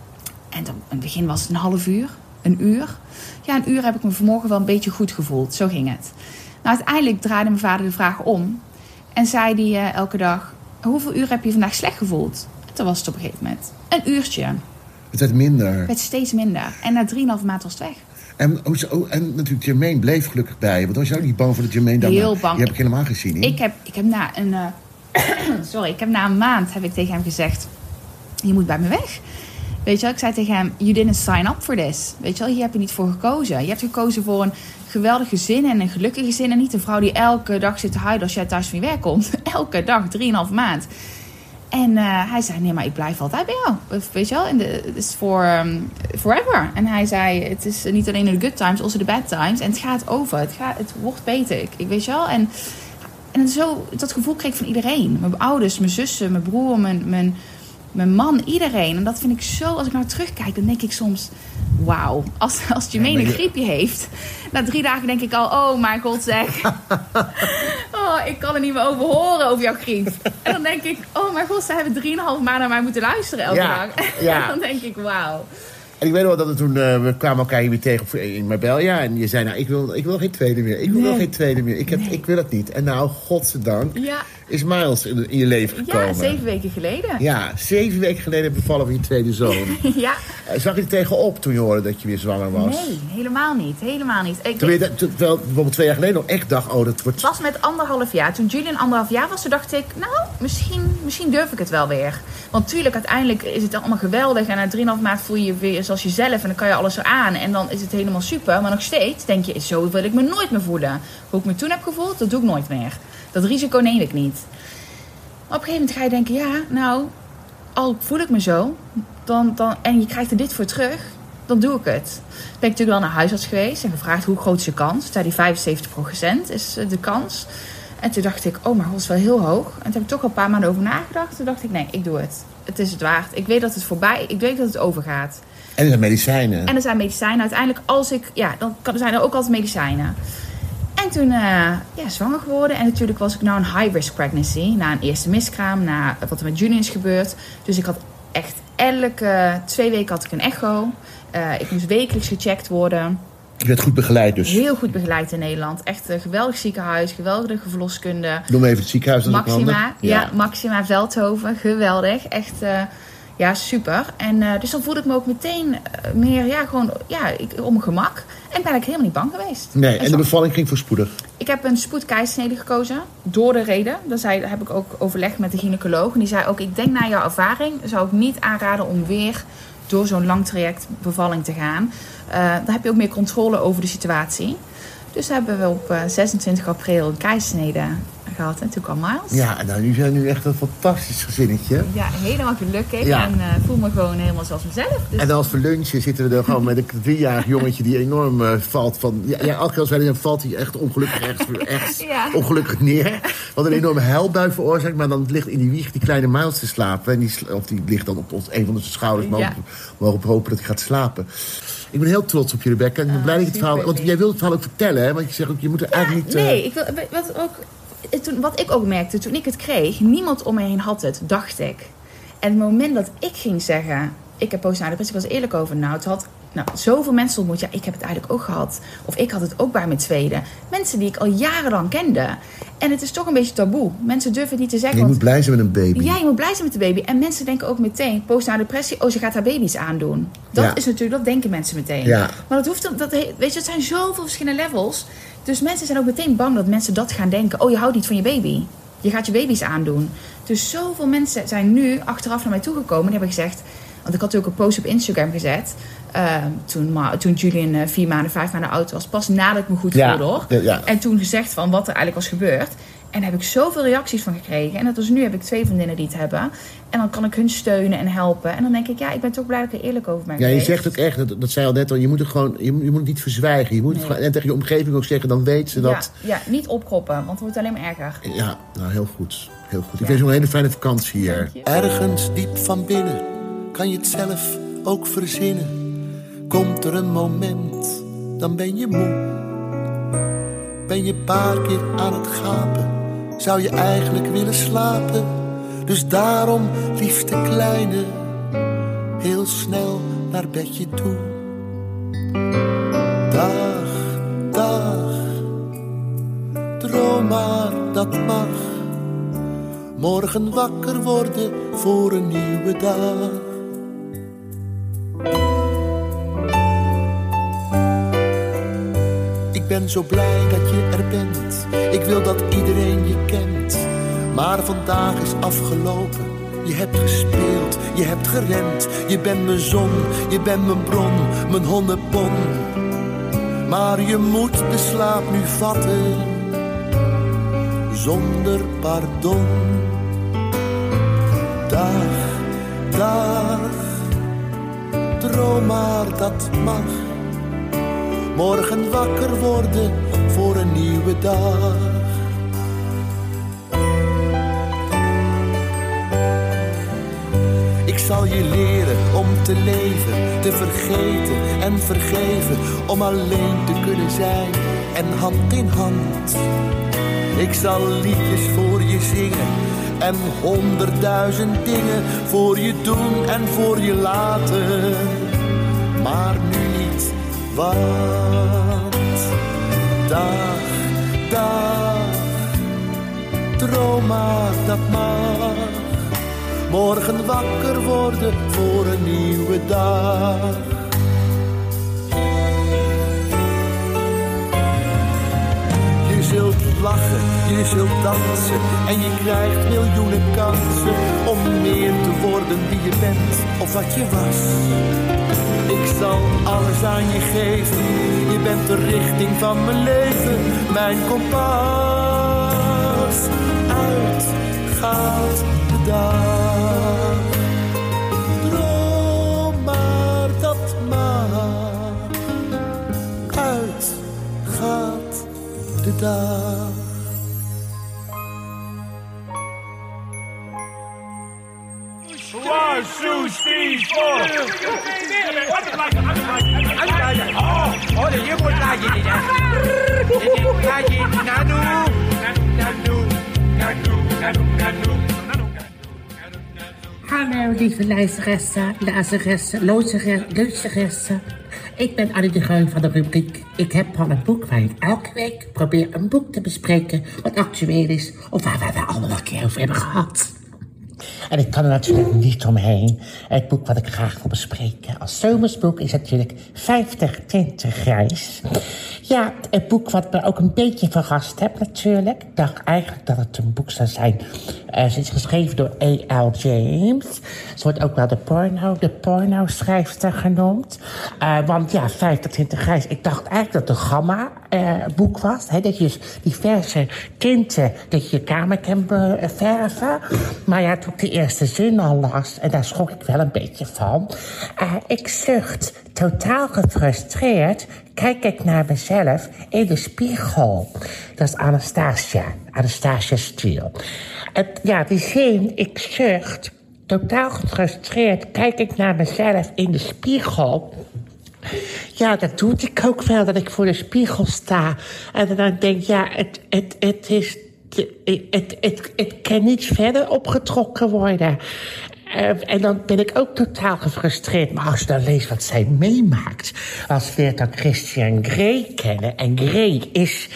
En dan, in het begin was het een half uur. Een uur. Ja, een uur heb ik me vanmorgen wel een beetje goed gevoeld. Zo ging het. uiteindelijk draaide mijn vader de vraag om. En zei hij uh, elke dag... Hoeveel uur heb je vandaag slecht gevoeld? En toen was het op een gegeven moment een uurtje. Het werd minder. Het werd steeds minder. En na drieënhalve maand was het weg. En, oh, en natuurlijk, Jermaine bleef gelukkig bij je. Want was je ook niet bang voor dat Jermaine dan... Heel bang. Die heb ik helemaal gezien. He? Ik heb, ik heb na een... Uh, sorry, ik heb na een maand heb ik tegen hem gezegd... Je moet bij me weg. Weet je wel, ik zei tegen hem... You didn't sign up for this. Weet je wel, hier heb je niet voor gekozen. Je hebt gekozen voor een geweldig gezin en een gelukkig gezin... en niet een vrouw die elke dag zit te huilen als jij thuis van je werk komt. Elke dag, drieënhalve maand. En uh, hij zei, nee, maar ik blijf altijd bij jou. Weet je wel, het is for um, forever. En hij zei, het is niet alleen in de good times, also de bad times. En het gaat over, het, gaat, het wordt beter, ik, ik weet je wel. En, en zo, dat gevoel kreeg ik van iedereen. Mijn ouders, mijn zussen, mijn broer, mijn, mijn, mijn man, iedereen. En dat vind ik zo, als ik nou terugkijk, dan denk ik soms... Wauw, als, als Jermaine een griepje heeft... Na drie dagen denk ik al, oh mijn god zeg... Oh, ik kan er niet meer over horen, over jouw griep. En dan denk ik, oh mijn god, ze hebben drieënhalf maanden naar mij moeten luisteren elke ja, dag. Ja. En dan denk ik, wauw. En ik weet nog wel dat we toen, uh, we kwamen elkaar hier weer tegen in Marbella. En je zei, nou, ik wil, ik wil geen tweede meer. Ik wil nee. geen tweede meer. Ik, heb, nee. ik wil het niet. En nou, godzijdank, ja. is Miles in, in je leven gekomen. Ja, zeven weken geleden. Ja, zeven weken geleden bevallen we je tweede zoon. Ja. Uh, zag je er tegenop toen je hoorde dat je weer zwanger was? Nee, helemaal niet. Helemaal niet. Ik, Terwijl je terwijl, bijvoorbeeld twee jaar geleden nog echt dacht, oh, dat wordt... Het was met anderhalf jaar. Toen Julian anderhalf jaar was, toen dacht ik, nou, misschien, misschien durf ik het wel weer. Want tuurlijk, uiteindelijk is het allemaal geweldig. En na drieënhalf maand voel je je weer zoals jezelf. En dan kan je alles eraan. En dan is het helemaal super. Maar nog steeds denk je, zo wil ik me nooit meer voelen. Hoe ik me toen heb gevoeld, dat doe ik nooit meer. Dat risico neem ik niet. Maar op een gegeven moment ga je denken, ja, nou, al voel ik me zo. Dan, dan, en je krijgt er dit voor terug. Dan doe ik het. Ben ik natuurlijk wel naar huisarts geweest. En gevraagd, hoe groot is de kans? Toen zei die vijfenzeventig procent is de kans. En toen dacht ik, oh, maar dat is wel heel hoog. En toen heb ik toch al een paar maanden over nagedacht. Toen dacht ik, nee, ik doe het. Het is het waard. Ik weet dat het voorbij, ik weet dat het overgaat. En er zijn medicijnen. En er zijn medicijnen. Uiteindelijk, als ik, ja, dan zijn er ook altijd medicijnen. En toen, uh, ja, zwanger geworden. En natuurlijk was ik nou een high-risk pregnancy. Na een eerste miskraam, na wat er met Julian is gebeurd. Dus ik had echt elke twee weken had ik een echo. Uh, ik moest wekelijks gecheckt worden. Je werd goed begeleid dus? Heel goed begeleid in Nederland. Echt een geweldig ziekenhuis, geweldige verloskunde. Noem even het ziekenhuis. Maxima, ja. ja, Maxima Veldhoven. Geweldig. Echt, uh, ja, super. En uh, dus dan voelde ik me ook meteen uh, meer, ja, gewoon, ja, ik, om mijn gemak. En ben ik helemaal niet bang geweest. Nee, en, en de bevalling ging voorspoedig? Ik heb een spoedkeizersnede gekozen. Door de reden. Daar, zei, daar heb ik ook overlegd met de gynaecoloog. En die zei ook, ik denk na jouw ervaring zou ik niet aanraden om weer door zo'n lang traject bevalling te gaan. Uh, daar heb je ook meer controle over de situatie. Dus hebben we op uh, zesentwintig april een keizersnede gehad. En toen kwam Miles. Ja, nou, nu zijn nu echt een fantastisch gezinnetje. Ja, helemaal gelukkig. Ja. En uh, voel me gewoon helemaal zoals mezelf. Dus... En als we lunchen zitten we er gewoon met een driejarig jongetje die enorm uh, valt van... Ja, ja, elke keer als wij dan valt hij echt ongelukkig, echt, echt ja. ongelukkig neer. Wat een enorme huilbui veroorzaakt. Maar dan ligt in die wieg die kleine Miles te slapen. En die, of die ligt dan op ons, een van onze schouders. Maar ja. we mogen hopen dat hij gaat slapen. Ik ben heel trots op je, Rebecca. En ik ben blij dat je het verhaal... Want jij wilt het verhaal ook vertellen, hè? Want je zegt ook, je moet er ja, eigenlijk niet... Uh... Nee, ik wil, wat, ook, toen, wat ik ook merkte, toen ik het kreeg... Niemand om me heen had het, dacht ik. En het moment dat ik ging zeggen... Ik heb postnatale depressie, ik was eerlijk over. Nou, het had nou, zoveel mensen ontmoet. Ja, ik heb het eigenlijk ook gehad. Of ik had het ook bij mijn tweede. Mensen die ik al jarenlang kende. En het is toch een beetje taboe. Mensen durven het niet te zeggen. Je want... moet blij zijn met een baby. Ja, je moet blij zijn met de baby. En mensen denken ook meteen, postnatale depressie, oh, ze gaat haar baby's aandoen. Dat ja. is natuurlijk, dat denken mensen meteen. Ja. Maar dat hoeft, dat, weet je, het zijn zoveel verschillende levels. Dus mensen zijn ook meteen bang dat mensen dat gaan denken. Oh, je houdt niet van je baby. Je gaat je baby's aandoen. Dus zoveel mensen zijn nu achteraf naar mij toegekomen en hebben gezegd... Want ik had natuurlijk een post op Instagram gezet. Uh, toen, ma- toen Julian uh, vier maanden, vijf maanden oud was. Pas nadat ik me goed ja, voelde hoor. Ja, ja. En toen gezegd van wat er eigenlijk was gebeurd. En daar heb ik zoveel reacties van gekregen. En dat was nu heb ik twee vriendinnen die het hebben. En dan kan ik hun steunen en helpen. En dan denk ik, ja, ik ben toch blij dat ik er eerlijk over ben Ja, geweest. Je zegt ook echt, dat, dat zei al net al, je moet het gewoon, je moet, je moet het niet verzwijgen. Je moet nee. het gewoon, en tegen je omgeving ook zeggen, dan weet ze dat... Ja, ja, niet opkroppen, want het wordt alleen maar erger. Ja, nou heel goed. Heel goed. Ik ja. wens je een hele fijne vakantie hier. Ergens diep van binnen kan je het zelf ook verzinnen. Komt er een moment, dan ben je moe. Ben je een paar keer aan het gapen, zou je eigenlijk willen slapen. Dus daarom, liefste kleine, heel snel naar bedje toe. Dag, dag, maar, dat mag. Morgen wakker worden voor een nieuwe dag. Ik ben zo blij dat je er bent. Ik wil dat iedereen je kent. Maar vandaag is afgelopen. Je hebt gespeeld, je hebt gerend. Je bent mijn zon, je bent mijn bron, mijn honnepon. Maar je moet de slaap nu vatten, zonder pardon. Dag, dag, droom maar, dat mag. Morgen wakker worden voor een nieuwe dag. Ik zal je leren om te leven, te vergeten en vergeven. Om alleen te kunnen zijn en hand in hand. Ik zal liedjes voor je zingen en honderdduizend dingen voor je doen en voor je laten. Maar nu niet, want dag, dag, droom maar, dat mag. Morgen wakker worden voor een nieuwe dag. Je zult lachen, je zult dansen en je krijgt miljoenen kansen om meer te worden wie je bent of wat je was. Ik zal alles aan je geven, je bent de richting van mijn leven, mijn kompas. Uit gaat de dag. Droom maar, dat maar. Uit gaat de dag. One, two, three, four. Oh, oh, je moet laten niet hè. Je moet laten nanu, nanu, nanu, nanu, nanu. Hallo lieve luisteressen, luisteressen, luisteressen. Ik ben Annie de Geun van de rubriek Ik heb al een boek, waar ik elke week probeer een boek te bespreken wat actueel is of waar we het allemaal een keer over hebben gehad. En ik kan er natuurlijk niet omheen. Het boek wat ik graag wil bespreken als zomersboek is natuurlijk vijftig tinten grijs. Ja, het boek wat me ook een beetje verrast heb natuurlijk. Ik dacht eigenlijk dat het een boek zou zijn. Uh, ze is geschreven door A L James. Ze wordt ook wel de porno, de porno-schrijfster genoemd. Uh, want ja, vijftig tinten grijs. Ik dacht eigenlijk dat het een gamma uh, boek was. Hè, dat je dus diverse tinten, dat je je kamer kan verven. Maar ja, toen ik de eerste zin al las, en daar schrok ik wel een beetje van. Uh, ik zucht, totaal gefrustreerd, kijk ik naar mezelf in de spiegel. Dat is Anastasia, Anastasia Steele. Het, ja, die zin, ik zucht, totaal gefrustreerd, kijk ik naar mezelf in de spiegel. Ja, dat doe ik ook wel, dat ik voor de spiegel sta. En dan denk ik, ja, het, het, het is... Het, het, het, het kan niet verder opgetrokken worden. Uh, en dan ben ik ook totaal gefrustreerd. Maar als je dan leest wat zij meemaakt, als we dan Christian Grey kennen. En Grey is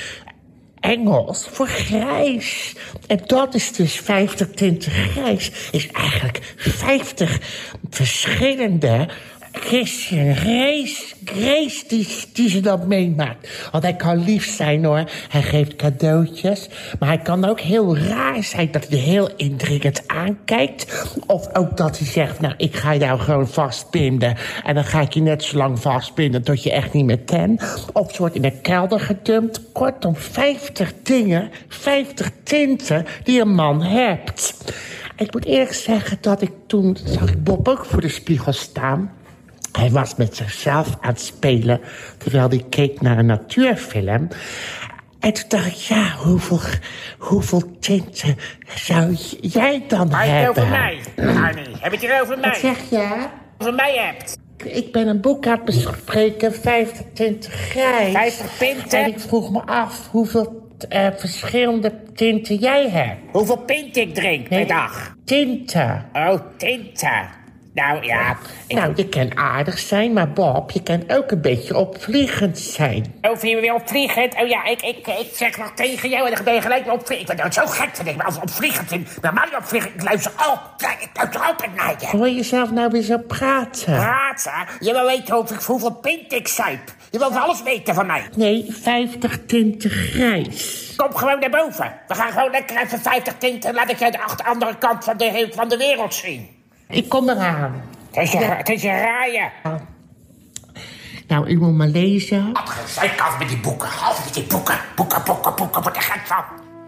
Engels voor grijs. En dat is dus vijftig tinten grijs. Is eigenlijk vijftig verschillende Christian Grace, Grace die, die ze dan meemaakt. Want hij kan lief zijn hoor. Hij geeft cadeautjes. Maar hij kan ook heel raar zijn. Dat hij heel indringend aankijkt. Of ook dat hij zegt, nou ik ga jou gewoon vastbinden. En dan ga ik je net zo lang vastbinden tot je echt niet meer kent. Of ze wordt in de kelder gedumpt. Kortom, vijftig dingen, vijftig tinten die een man hebt. Ik moet eerlijk zeggen dat ik toen, zag ik Bob ook voor de spiegel staan. Hij was met zichzelf aan het spelen, terwijl hij keek naar een natuurfilm. En toen dacht ik, ja, hoeveel, hoeveel tinten zou jij dan maar hebben? over mij, Annie. Heb je het hier over mij? Wat zeg je? Over mij hebt. Ik ben een boek aan het bespreken, vijftig tinten grijs. vijftig pinten? En ik vroeg me af hoeveel uh, verschillende tinten jij hebt. Hoeveel pint ik drink Nee, per dag? Tinten. Oh, tinten. Nou ja, ik... Nou, je kan aardig zijn, maar Bob, je kan ook een beetje opvliegend zijn. Oh, vind je me weer opvliegend? Oh ja, ik, ik, ik zeg nog tegen jou en dan ben je gelijk weer opvliegend. Ik ben nou zo gek te denken, als opvliegend vind. Bij mij opvliegend, ik luister altijd, ik luister altijd naar je. Hoor je jezelf nou weer zo praten? Praten? Je wil weten of ik, hoeveel pint ik zuip. Je wilt alles weten van mij. Nee, vijftig tinten grijs. Kom gewoon naar boven. We gaan gewoon lekker even vijftig tinten. Laat ik je de andere kant van de, van de wereld zien. Ik kom eraan. Het is je, het is je raaien. Nou, u moet maar lezen. Wat gezeik af met die boeken. Af met die boeken. Boeken, boeken, boeken. Word er gek van.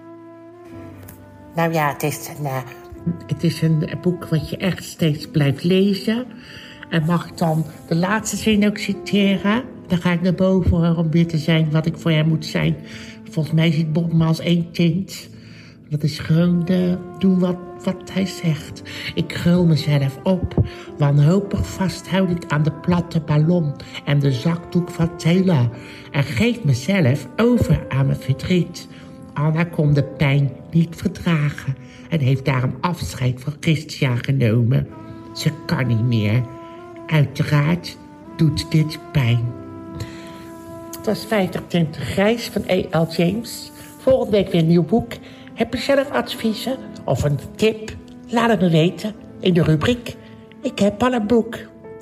Nou ja, het is een... Uh, het is een boek wat je echt steeds blijft lezen. En mag ik dan de laatste zin ook citeren? Dan ga ik naar boven hoor, om weer te zijn wat ik voor hem moet zijn. Volgens mij ziet Bob me als één tint. Dat is gewoon de, doen wat, wat hij zegt. Ik krul mezelf op, wanhopig vasthoudend aan de platte ballon en de zakdoek van Taylor. En geef mezelf over aan mijn verdriet. Anna kon de pijn niet verdragen en heeft daarom afscheid van Christian genomen. Ze kan niet meer. Uiteraard doet dit pijn. Het was vijftig tinten grijs van E L James. Volgende week weer een nieuw boek. Heb je zelf adviezen of een tip? Laat het me weten in de rubriek Ik heb al een boek.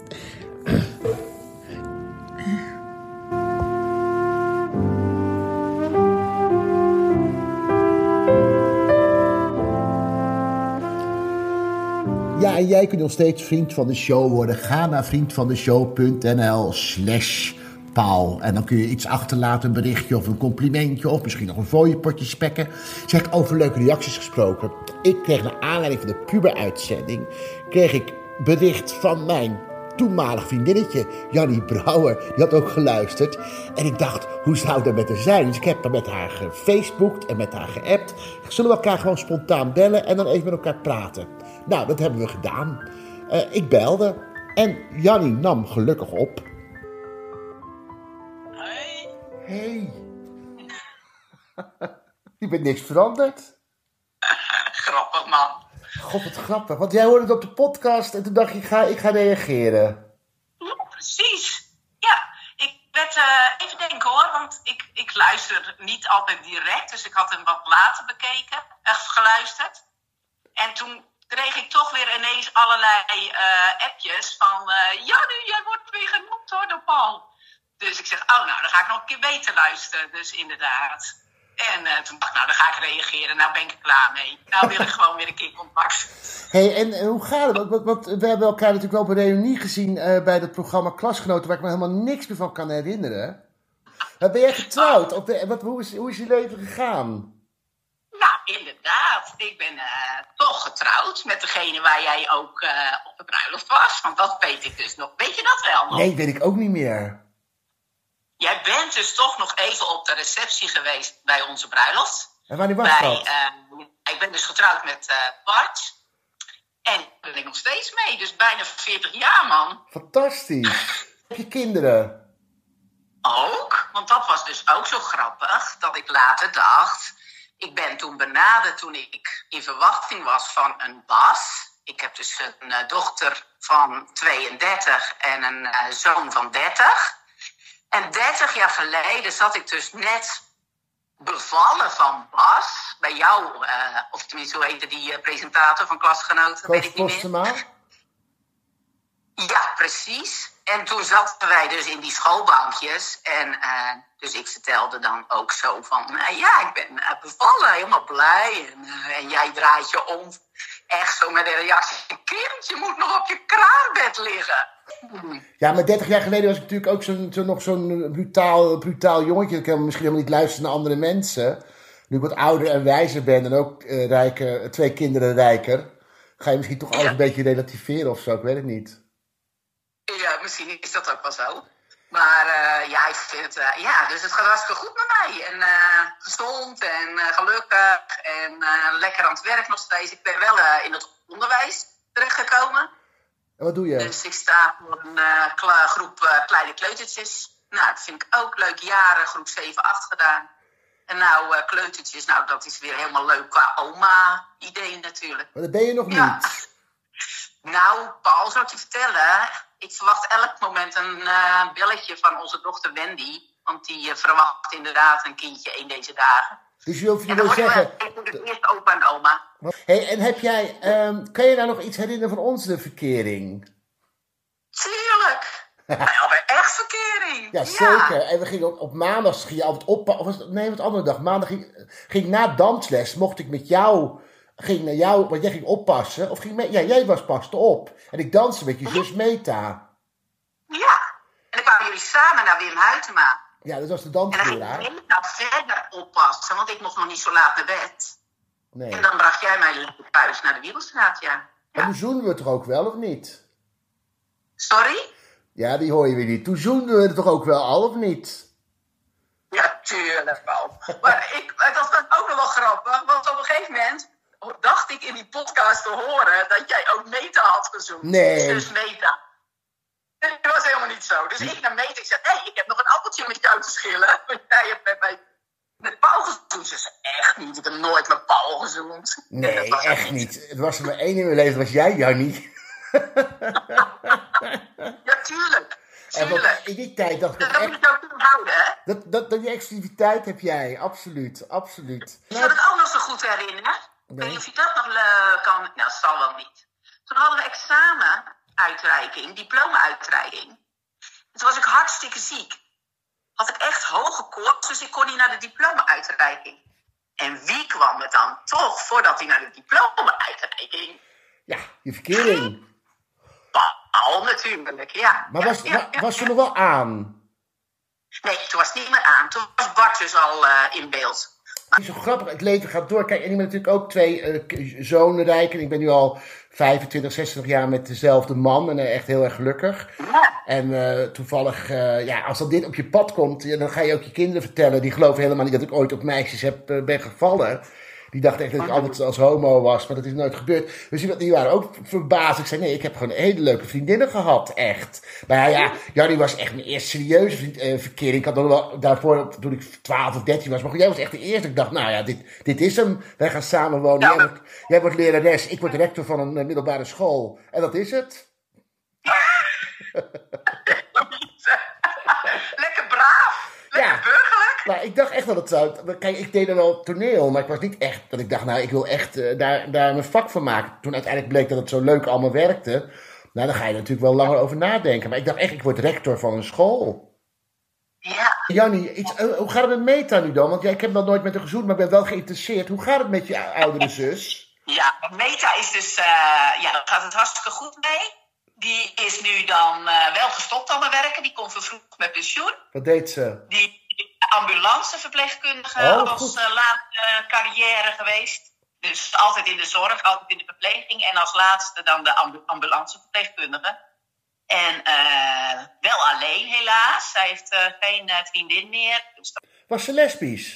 Ja, en jij kunt nog steeds vriend van de show worden. Ga naar vriendvandeshow.nl slash Paul. En dan kun je iets achterlaten, een berichtje of een complimentje of misschien nog een fooiepotje spekken. Zeg, over leuke reacties gesproken. Ik kreeg naar aanleiding van de puber-uitzending, kreeg ik bericht van mijn toenmalig vriendinnetje, Jannie Brouwer. Die had ook geluisterd. En ik dacht, hoe zou dat met haar zijn? Dus ik heb met haar gefaceboekt en met haar geappt. Zullen we elkaar gewoon spontaan bellen en dan even met elkaar praten? Nou, dat hebben we gedaan. Uh, ik belde en Jannie nam gelukkig op. Hoi. Hey. Je bent niks veranderd. Grappig, man. God, wat grappig. Want jij hoorde het op de podcast en toen dacht je, ik ga, ik ga reageren. Ja, precies. Ja, ik werd uh, even denken hoor, want ik, ik luister niet altijd direct. Dus ik had hem wat later bekeken, echt geluisterd. En toen kreeg ik toch weer ineens allerlei uh, appjes van... Uh, ja, nu, jij wordt weer genoemd hoor, door Paul. Dus ik zeg, oh nou, dan ga ik nog een keer beter luisteren. Dus inderdaad. En uh, toen dacht ik, nou, dan ga ik reageren. Nou ben ik er klaar mee. Nou wil ik gewoon weer een keer contact. Hey, en uh, hoe gaat het? Want, want we hebben elkaar natuurlijk wel op een reunie gezien uh, bij het programma Klasgenoten, waar ik me helemaal niks meer van kan herinneren. Uh, ben jij getrouwd? Of ben, wat, hoe, is, hoe is je leven gegaan? Nou, inderdaad. Ik ben uh, toch getrouwd met degene waar jij ook uh, op de bruiloft was. Want dat weet ik dus nog. Weet je dat wel nog? Nee, weet ik ook niet meer. Jij bent dus toch nog even op de receptie geweest bij onze bruiloft. En wanneer was bij, dat? Uh, ik ben dus getrouwd met uh, Bart. En daar ben ik nog steeds mee. Dus bijna veertig jaar, man. Fantastisch. Heb je kinderen? Ook. Want dat was dus ook zo grappig. Dat ik later dacht... Ik ben toen benaderd toen ik in verwachting was van een Bas. Ik heb dus een uh, dochter van tweeëndertig en een uh, zoon van dertig. En dertig jaar geleden zat ik dus net bevallen van Bas. Bij jou, uh, of tenminste hoe heette die uh, presentator van Klasgenoten, weet ik niet meer. Ja, precies. En toen zaten wij dus in die schoolbankjes. En uh, dus ik vertelde dan ook zo van... Uh, ja, ik ben uh, bevallen, helemaal blij. En, uh, en jij draait je om. Echt zo met een reactie. Kind, je moet nog op je kraambed liggen. Ja, maar dertig jaar geleden was ik natuurlijk ook zo, zo, nog zo'n brutaal, brutaal jongetje. Ik kan misschien helemaal niet luisteren naar andere mensen. Nu ik wat ouder en wijzer ben en ook uh, rijker, twee kinderen rijker... ga je misschien toch alles ja. een beetje relativeren of zo, ik weet het niet. Ja, misschien is dat ook wel zo. Maar uh, ja, ik vind het... Uh, ja, dus het gaat hartstikke goed met mij. En uh, gezond en uh, gelukkig en uh, lekker aan het werk nog steeds. Ik ben wel uh, in het onderwijs terechtgekomen. En wat doe je? Dus ik sta voor een uh, kla- groep uh, kleine kleutertjes. Nou, dat vind ik ook leuk. Jaren groep zeven acht gedaan. En nou, uh, kleutertjes, nou, dat is weer helemaal leuk qua oma-ideeën natuurlijk. Maar dat ben je nog ja. niet. Nou, Paul, zou ik je vertellen. Ik verwacht elk moment een uh, belletje van onze dochter Wendy. Want die uh, verwacht inderdaad een kindje in deze dagen. Dus je wilt En dan je zeggen... wordt het eerst opa en oma. Hey, en heb jij... Um, kan je nou nog iets herinneren van onze verkering? Tuurlijk! Wij hadden echt verkering. Ja, zeker. Ja. En we gingen op, op maandag ging je altijd op... Of was het, nee, wat andere dag. Maandag ging, ging na dansles, mocht ik met jou... Ging naar jou, want jij ging oppassen. Of ging mee, ja, jij was paste op. En ik danste met je zus Meta. Ja. En dan kwamen jullie samen naar Wim Huytema. Ja, dat was de En dan dansleraar. ging ik nou verder oppassen, want ik mocht nog niet zo laat naar bed. Nee. En dan bracht jij mij lekker thuis naar de Wiebelstraat, ja. En toen zoenden we toch ook wel, of niet? Sorry? Ja, die hoor je weer niet. Toen zoenden we het toch ook wel al, of niet? Ja, tuurlijk wel. Maar ik, dat was ook nog wel grappig, want op een gegeven moment dacht ik in die podcast te horen dat jij ook Meta had gezoend. Nee. Dus Meta. Dat was helemaal niet zo. Dus ik naar Meta, ik zei, hé, hey, ik heb nog een appeltje met jou te schillen. Want jij hebt met mij met Paul gezoend. Ze zei, echt niet, ik heb nooit met Paul gezoend. Nee, echt niet. Het was er maar één in mijn leven, dat was jij, Jannie. Ja, tuurlijk. En wat, in die tijd dacht ik dat echt... moet je ook kunnen houden, hè? Dat, dat, die exclusiviteit heb jij, absoluut, absoluut. Ik kan het ook nog zo goed herinneren. Ik weet niet of je dat nog uh, kan... Nou, dat zal wel niet. Toen hadden we examenuitreiking, diploma-uitreiking. En toen was ik hartstikke ziek. Had ik echt hoge koorts, dus ik kon niet naar de diploma-uitreiking. En wie kwam er dan toch voordat hij naar de diploma-uitreiking? Ja, je verkering. Paul natuurlijk, ja. Maar ja, was, ja, ja, was ja. er nog wel aan? Nee, toen was het niet meer aan. Toen was Bart dus al uh, in beeld. Het is zo grappig, het leven gaat door. Kijk, en ik ben natuurlijk ook twee uh, zonen rijk. En ik ben nu al vijfentwintig, zesentwintig jaar met dezelfde man. En uh, echt heel erg gelukkig. Ja. En uh, toevallig, uh, ja, als dan dit op je pad komt, ja, dan ga je ook je kinderen vertellen. Die geloven helemaal niet dat ik ooit op meisjes heb, uh, ben gevallen. Die dachten echt dat ik altijd als homo was, maar dat is nooit gebeurd. Dus die, die waren ook verbaasd. Ik zei, nee, ik heb gewoon hele leuke vriendinnen gehad, echt. Maar ja, ja Jannie was echt mijn eerste serieuze vriend, eh, verkering. Ik had nog wel daarvoor, toen ik twaalf of dertien was, maar jij was echt de eerste. Ik dacht, nou ja, dit, dit is hem. Wij gaan samen wonen. Ja. Jij, wordt, jij wordt lerares, ik word rector van een uh, middelbare school. En dat is het. Lekker braaf. Lekker Ja. burgerlijk. Nou, ik dacht echt dat het zou... Kijk, ik deed dan wel toneel, maar ik was niet echt... Dat ik dacht, nou, ik wil echt uh, daar, daar mijn vak van maken. Toen uiteindelijk bleek dat het zo leuk allemaal werkte. Nou, dan ga je er natuurlijk wel langer over nadenken. Maar ik dacht echt, ik word rector van een school. Ja. Jannie, iets, uh, hoe gaat het met Meta nu dan? Want ja, ik heb nog nooit met haar gezoend, maar ik ben wel geïnteresseerd. Hoe gaat het met je oudere zus? Ja, Meta is dus... Uh, ja, daar gaat het hartstikke goed mee. Die is nu dan uh, wel gestopt aan het werken. Die komt vervroegd met pensioen. Wat deed ze? Die ambulanceverpleegkundige Oh, als uh, laatste carrière geweest. Dus altijd in de zorg, altijd in de verpleging. En als laatste dan de ambu- ambulanceverpleegkundige. En uh, wel alleen helaas. Zij heeft uh, geen uh, vriendin meer. Dus dat... Was ze lesbisch?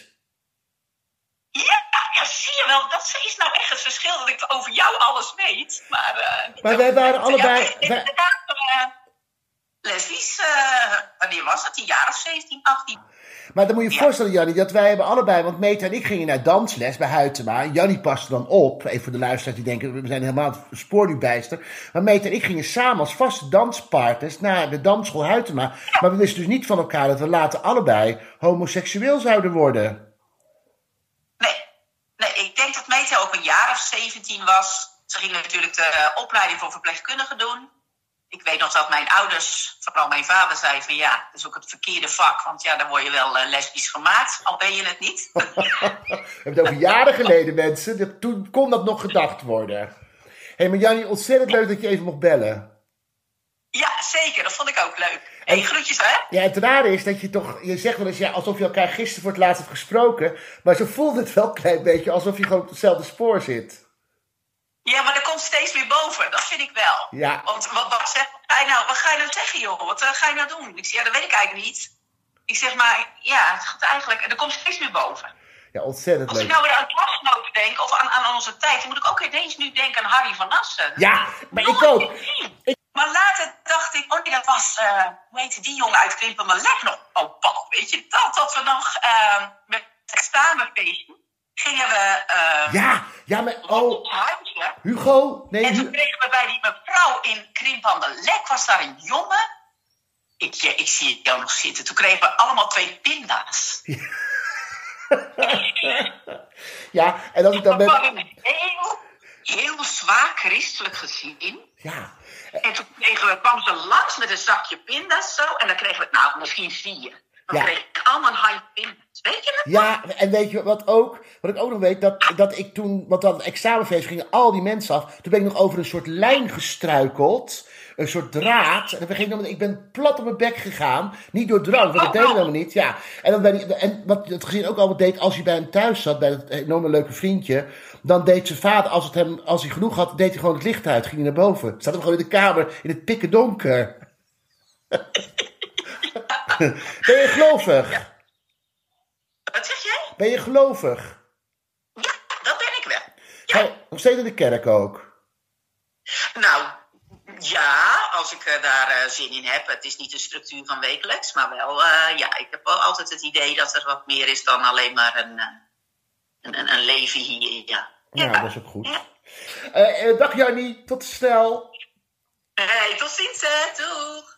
Ja, ja, zie je wel. Dat is nou echt het verschil dat ik over jou alles weet. Maar, uh, Maar wij waren allebei... Ja, wij... inderdaad, uh, lesbisch, uh, wanneer was dat? Een jaar of zeventien, achttien. Maar dan moet je je Ja. voorstellen, Jannie, dat wij hebben allebei... Want Meta en ik gingen naar dansles bij Huytema. Jannie paste dan op. Even voor de luisteraars die denken, we zijn helemaal het spoor nu bijster. Maar Meta en ik gingen samen als vaste danspartners naar de dansschool Huytema. Maar we wisten dus niet van elkaar dat we later allebei homoseksueel zouden worden. Nee, nee, ik denk dat Meta ook een jaar of zeventien was. Ze ging natuurlijk de uh, opleiding voor verpleegkundige doen. Ik weet nog dat mijn ouders, vooral mijn vader, zei van ja, dat is ook het verkeerde vak. Want ja, dan word je wel uh, lesbisch gemaakt, al ben je het niet. We hebben het over jaren geleden, mensen. Dat, toen kon dat nog gedacht worden. Hé, hey, maar Jannie, ontzettend leuk dat je even mocht bellen. Ja, zeker, dat vond ik ook leuk. Hé, hey, groetjes hè? Ja, het rare is dat je toch... Je zegt wel eens, ja, alsof je elkaar gisteren voor het laatst hebt gesproken. Maar zo voelt het wel een klein beetje alsof je gewoon op hetzelfde spoor zit. Ja, maar dat komt steeds weer boven. Dat vind ik wel. Ja. Want wat, wat, zeg, wat, ga je nou, wat ga je nou zeggen, joh? Wat uh, ga je nou doen? Ik zeg, ja, dat weet ik eigenlijk niet. Ik zeg maar, ja, het gaat eigenlijk... Er komt steeds weer boven. Ja, ontzettend Als leuk. ik nou weer aan klasgenoten denk, of aan, aan onze tijd... dan moet ik ook ineens nu denken aan Harry van Assen. Ja, maar ik Nooit ook. gezien. Maar later dacht ik, oh nee, dat was, uh, hoe heette die jongen uit Krimpen, maar lek nog. Oh, Paul, weet je dat? Dat we nog uh, met het examenfeestje... gingen we uh, Ja, ja, maar... Oh, op huisje. Hugo, nee... En toen Hu- kregen we bij die mevrouw in Krimp aan de Lek, was daar een jongen. Ik, ja, ik zie jou nog zitten. Toen kregen we allemaal twee pinda's. Ja, en als ik dan We ben... hadden een heel, heel zwaar christelijk gezin. Ja. En toen kregen we, kwam ze langs met een zakje pinda's zo. En dan kregen we, nou, misschien vier. Dan Ja. kreeg ik allemaal een handje pinda's. Weet je dat? Ja, en weet je wat ook? Wat ik ook nog weet, dat, dat ik toen... Want dan examenfeest gingen al die mensen af. Toen ben ik nog over een soort lijn gestruikeld. Een soort draad. En dan ging ik, ik ben plat op mijn bek gegaan. Niet door drank, want dat deed ik helemaal niet. Ja. En, dan ben ik, en wat het gezin ook altijd deed, als hij bij hem thuis zat, bij dat enorme leuke vriendje, dan deed zijn vader, als, het hem, als hij genoeg had, deed hij gewoon het licht uit. Ging hij naar boven. Zat hem gewoon in de kamer, in het pikken donker. Ben je gelovig? Ja. Wat zeg jij? Ben je gelovig? Ja, dat ben ik wel. Ga je nog steeds in de kerk ook? Nou, ja, als ik uh, daar uh, zin in heb. Het is niet de structuur van wekelijks, maar wel, uh, ja, ik heb wel altijd het idee dat er wat meer is dan alleen maar een, uh, een, een, een leven hier, ja. Ja, ja. dat is ook goed. Ja. Uh, uh, dag Jannie, tot snel. Hey, tot ziens, hè. Doeg.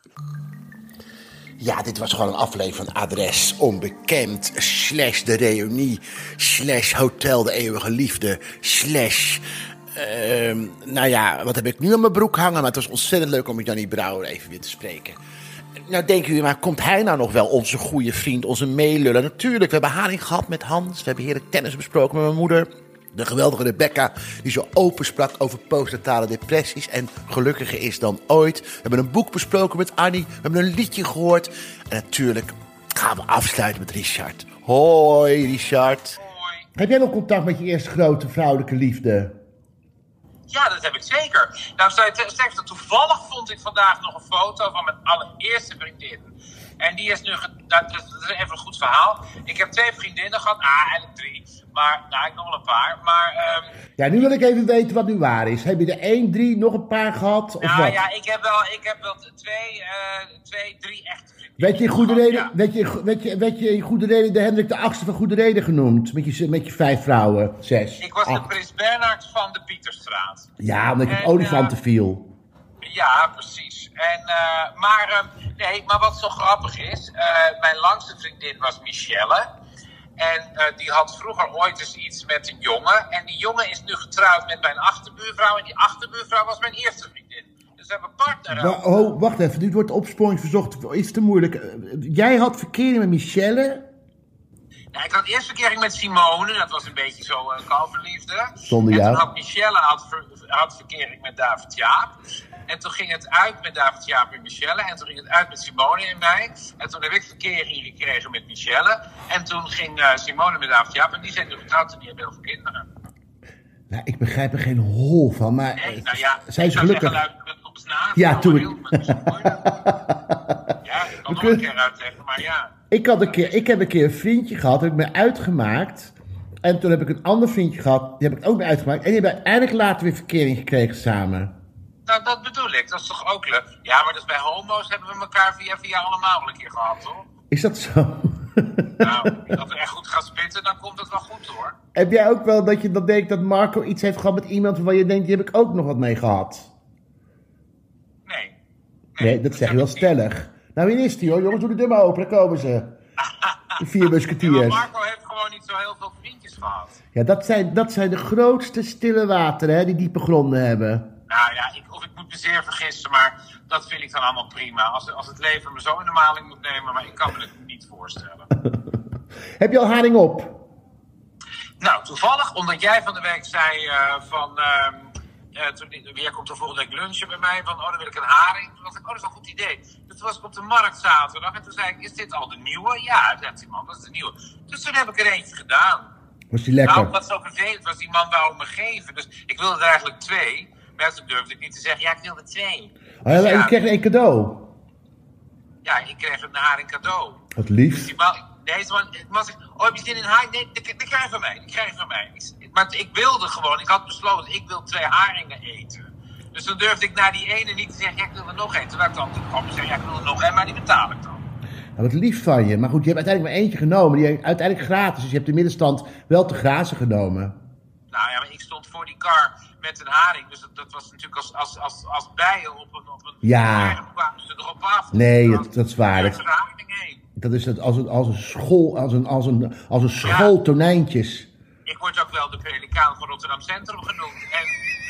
Ja, dit was gewoon een aflevering van Adres Onbekend, slash De Reunie, slash Hotel de Eeuwige Liefde, slash... Uh, nou ja, wat heb ik nu aan mijn broek hangen? Maar het was ontzettend leuk om met Jannie Brouwer even weer te spreken. Nou, denken jullie, maar komt hij nou nog wel, onze goede vriend, onze meelullen? Natuurlijk, we hebben Haring gehad met Hans. We hebben heerlijk tennis besproken met mijn moeder. De geweldige Rebecca, die zo open sprak over postnatale depressies en gelukkiger is dan ooit. We hebben een boek besproken met Annie. We hebben een liedje gehoord. En natuurlijk gaan we afsluiten met Richard. Hoi, Richard. Hoi. Heb jij nog contact met je eerste grote vrouwelijke liefde? Ja, dat heb ik zeker. Nou, sterkste, toevallig vond ik vandaag nog een foto van mijn allereerste vriendin. En die is nu... Ge- nou, dat is even een goed verhaal. Ik heb twee vriendinnen gehad. Ah, eigenlijk drie. Maar, nou, ik nog wel een paar. Maar... Um, Ja, nu wil ik even weten wat nu waar is. Heb je er één, drie, nog een paar gehad? Of nou wat? ja, ik heb wel, ik heb wel twee, uh, twee, drie echte vriendinnen. Weet je in goede gehad, reden, ja. weet je, weet je, weet je in goede reden de Hendrik de Achtste van Goede Reden genoemd? Met je, met je vijf vrouwen, zes, Ik was de acht. Prins Bernhard van de Pieterstraat. Ja, omdat je op En, olifanten uh, viel. Ja, precies. En, uh, maar, uh, nee, maar wat zo grappig is, uh, mijn langste vriendin was Michelle. En uh, die had vroeger ooit eens iets met een jongen. En die jongen is nu getrouwd met mijn achterbuurvrouw. En die achterbuurvrouw was mijn eerste vriendin. Dus we hebben partner. Wa- oh, wacht even, dit wordt opsporing verzocht. Is te moeilijk. Uh, Jij had verkering met Michelle? Ja, ik had eerst verkering met Simone. Dat was een beetje zo uh, kalverliefde. Zonder en jou. toen had Michelle had, ver, had verkering met David Jaap. En toen ging het uit met David Jaap en Michelle. En toen ging het uit met Simone en mij. En toen heb ik verkering gekregen met Michelle. En toen ging uh, Simone met David Jaap. En die zijn nu getrouwd en die hebben heel veel kinderen. Nou, ik begrijp er geen hol van, maar Nee, uh, nou ja, zijn ik ze zou gelukkig? zeggen, luister het op eens na. Ja, Voor doe heel, ik. maar het is moeilijk. Ja, ik kan nog kunnen- een keer uitleggen, maar ja. Ik, had een keer, ik heb een keer een vriendje gehad, heb ik me uitgemaakt. En toen heb ik een ander vriendje gehad, die heb ik ook mee uitgemaakt. En die hebben uiteindelijk later weer verkering gekregen samen. Nou, dat bedoel ik. Dat is toch ook leuk? Ja, maar dus bij homo's hebben we elkaar via via allemaal wel een keer gehad, hoor. Is dat zo? Nou, als we echt goed gaan spitten, dan komt het wel goed, hoor. Heb jij ook wel dat je dan denkt dat Marco iets heeft gehad met iemand waarvan je denkt, die heb ik ook nog wat mee gehad? Nee. Nee, dat zeg je wel stellig. Nou, wie is die hoor? Jongens, doe de deur maar open, daar komen ze. De vier Ja, maar musketiers. Marco heeft gewoon niet zo heel veel vriendjes gehad. Ja, dat zijn, dat zijn de grootste stille wateren, hè, die diepe gronden hebben. Nou ja, ik, of ik moet me zeer vergissen, maar dat vind ik dan allemaal prima. Als, als het leven me zo in de maling moet nemen, maar ik kan me het niet voorstellen. Heb je al haring op? Nou, toevallig, omdat jij van de week zei uh, van... Uh, uh, toen, jij komt de volgende week lunchen bij mij, van oh, dan wil ik een haring. Toen dacht ik, oh, dat is wel een goed idee. Dus toen was ik op de markt zaterdag en toen zei ik, is dit al de nieuwe? Ja, zei die man, dat is de nieuwe. Dus toen heb ik er eentje gedaan. Was die lekker? Nou, wat zo vervelend was, die man wou me geven. Dus ik wilde er eigenlijk twee. Maar toen durfde ik niet te zeggen, ja, ik wilde twee. Oh, ja, Dus je kreeg een cadeau. Ja, ik kreeg een haring cadeau. Wat lief. Dus die man, deze man, die man zegt, oh, heb je zin in haring? Nee, die, die krijg je van mij, die krijg je van mij. Ik, maar ik wilde gewoon, ik had besloten, ik wil twee haringen eten. Dus toen durfde ik naar die ene niet te zeggen, ja, ik wil er nog één. Toen had ik dan gewoon zeggen, ja, ik wil er nog één, maar die betaal ik dan. wat lief van je. Maar goed, je hebt uiteindelijk maar eentje genomen. Die heeft uiteindelijk gratis. Dus je hebt de middenstand wel te grazen genomen. Nou ja, maar ik stond voor die kar met een haring. Dus dat, dat was natuurlijk als, als, als, als bijen op een... Op een Ja. Dan kwamen ze erop af. Nee, dat, dat is waar. Dat, de haring heen. dat is het als een, als een school, als een, als een, als een school tonijntjes. Ik word ook wel de pelikaan van Rotterdam Centrum genoemd. En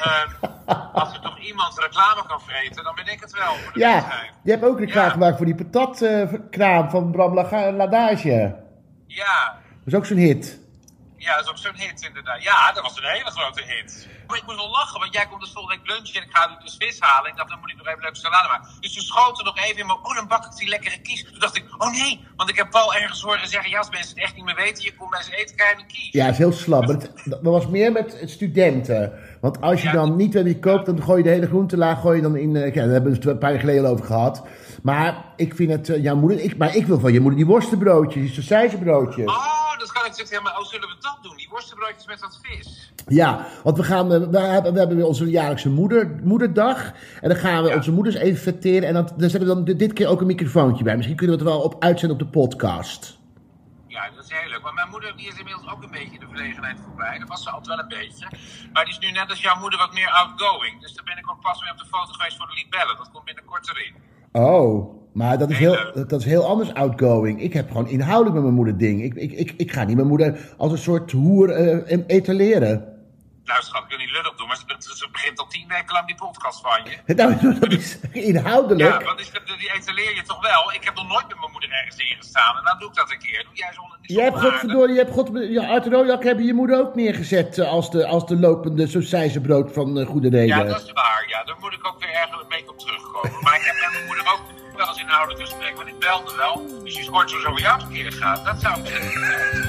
uh, als er toch iemand reclame kan vreten, dan ben ik het wel. Voor de Ja, wedstrijd. je hebt ook reclame Ja. gemaakt voor die patatkraam van Bram Laga- Ladage. Ja. Dat is ook zo'n hit. Ja, dat is ook zo'n hit inderdaad. Ja, dat was een hele grote hit. Maar ik moest wel lachen, want jij komt dus volgende week lunchen en ik ga nu dus vis halen. Ik dacht, dan moet ik nog even leuke salade maken. Dus toen schoot er nog even in me, oh, dan bak ik die lekkere kies. Toen dacht ik, oh nee, want ik heb Paul ergens horen zeggen, ja, als mensen het echt niet meer weten, je komt bij ze eten, krijg je een kies. Ja, dat is heel slap. Maar het- dat was meer met studenten. Want als je dan niet weet wie je koopt, dan gooi je de hele groentelaag gooi je dan in... eh, Ja, daar hebben we het een paar jaar geleden al over gehad. Maar ik vind het, eh, jouw moeder... Ik, maar ik wil van je moeder die worstenbroodjes, die sausijzenbroodjes. Oh, dat kan ik zeggen, maar oh, zullen we dat doen? Die worstenbroodjes met dat vis. Ja, want we, gaan, eh, we, hebben, we hebben weer onze jaarlijkse moeder, moederdag. En dan gaan we onze moeders even fetteren. En dan, dan zetten we dan dit keer ook een microfoontje bij. Misschien kunnen we het wel op uitzenden op de podcast. Ja, dat is heel leuk. Maar mijn moeder die is inmiddels ook een beetje de verlegenheid voorbij. Dat was ze altijd wel een beetje. Maar die is nu net als jouw moeder wat meer outgoing. Dus daar ben ik ook pas mee op de foto geweest voor de libellen. Dat komt binnenkort erin. Oh, maar dat is, heel, dat is heel anders outgoing. Ik heb gewoon inhoudelijk met mijn moeder ding. Ik, ik, ik, ik ga niet mijn moeder als een soort hoer uh, etaleren. Nou schat, ik wil niet lullig doen, maar ze, ze begint al tien weken lang die podcast van je. Nou, dat is inhoudelijk. Ja, want is, die etaleer je toch wel? Ik heb nog nooit met mijn moeder ergens ingestaan en dan doe ik dat een keer. Doe jij zo Je hebt godverdorie, je hebt god, ja, Arthur Rojak hebben je moeder ook neergezet uh, als, de, als de lopende sausijzenbrood van uh, Goede Reden. Ja, dat is waar. Ja, daar moet ik ook weer ergens een beetje op terugkomen. Maar ik heb met mijn moeder ook wel eens inhoudelijk gesprek, want ik belde wel. Dus je hoort zo over jou een keer gaat. Dat zou ik zeggen.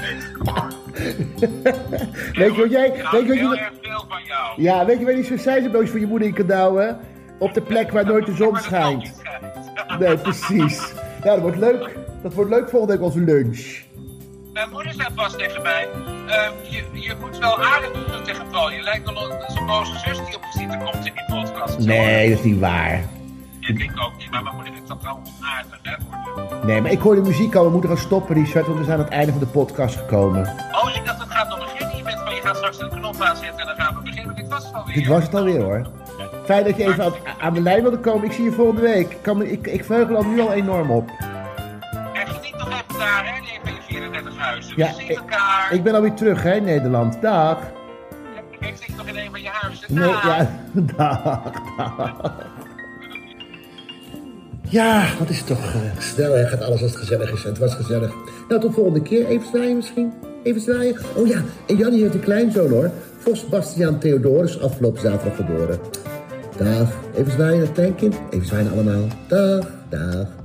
Weet je wat jij... Ja, weet je wat heel je, erg veel van jou. ja, weet je waar die sausijzenbroodjes voor je moeder in kan douwen? Op de plek waar nooit de zon schijnt. Nee, precies. Ja, dat wordt leuk. Dat wordt leuk volgende week onze lunch. Mijn moeder zei vast tegen mij, uh, je, je moet wel aardig doen tegen Paul. Je lijkt wel een zo'n boze zus die op visite komt in die podcast. Nee, dat is niet waar. Dat vind ik ook niet, maar mijn moeder vindt dat wel onaardig, hè, voor de... Nee, maar ik hoor de muziek al. We moeten gaan stoppen, Richard, want we zijn aan het einde van de podcast gekomen. Oh, ik dacht dat gaat nog beginnen. Je bent van, je gaat straks de knop aanzetten en dan gaan we beginnen. Dit was het alweer. Dit was het alweer, hoor. Fijn dat je even aan, aan de lijn wilde komen. Ik zie je volgende week. Ik, kan me, ik, ik verheug er al nu al enorm op. En geniet nog even daar, hè, die van je vierendertig huizen. Ja, we zien ik, elkaar. ik ben alweer terug, hè, in Nederland. Dag. Ik zit nog in een van je huizen. Nee, Dag. ja, dag, dag. Ja, wat is het toch uh, snel, hè? Gaat alles als het gezellig is. Het was gezellig. Nou, tot volgende keer. Even zwaaien misschien. Even zwaaien. Oh ja, en Jannie heeft een kleinzoon, hoor. Vos Bastiaan Theodorus, afgelopen zaterdag geboren. Dag. Even zwaaien naar het kleinkind. Even zwaaien allemaal. Dag, dag.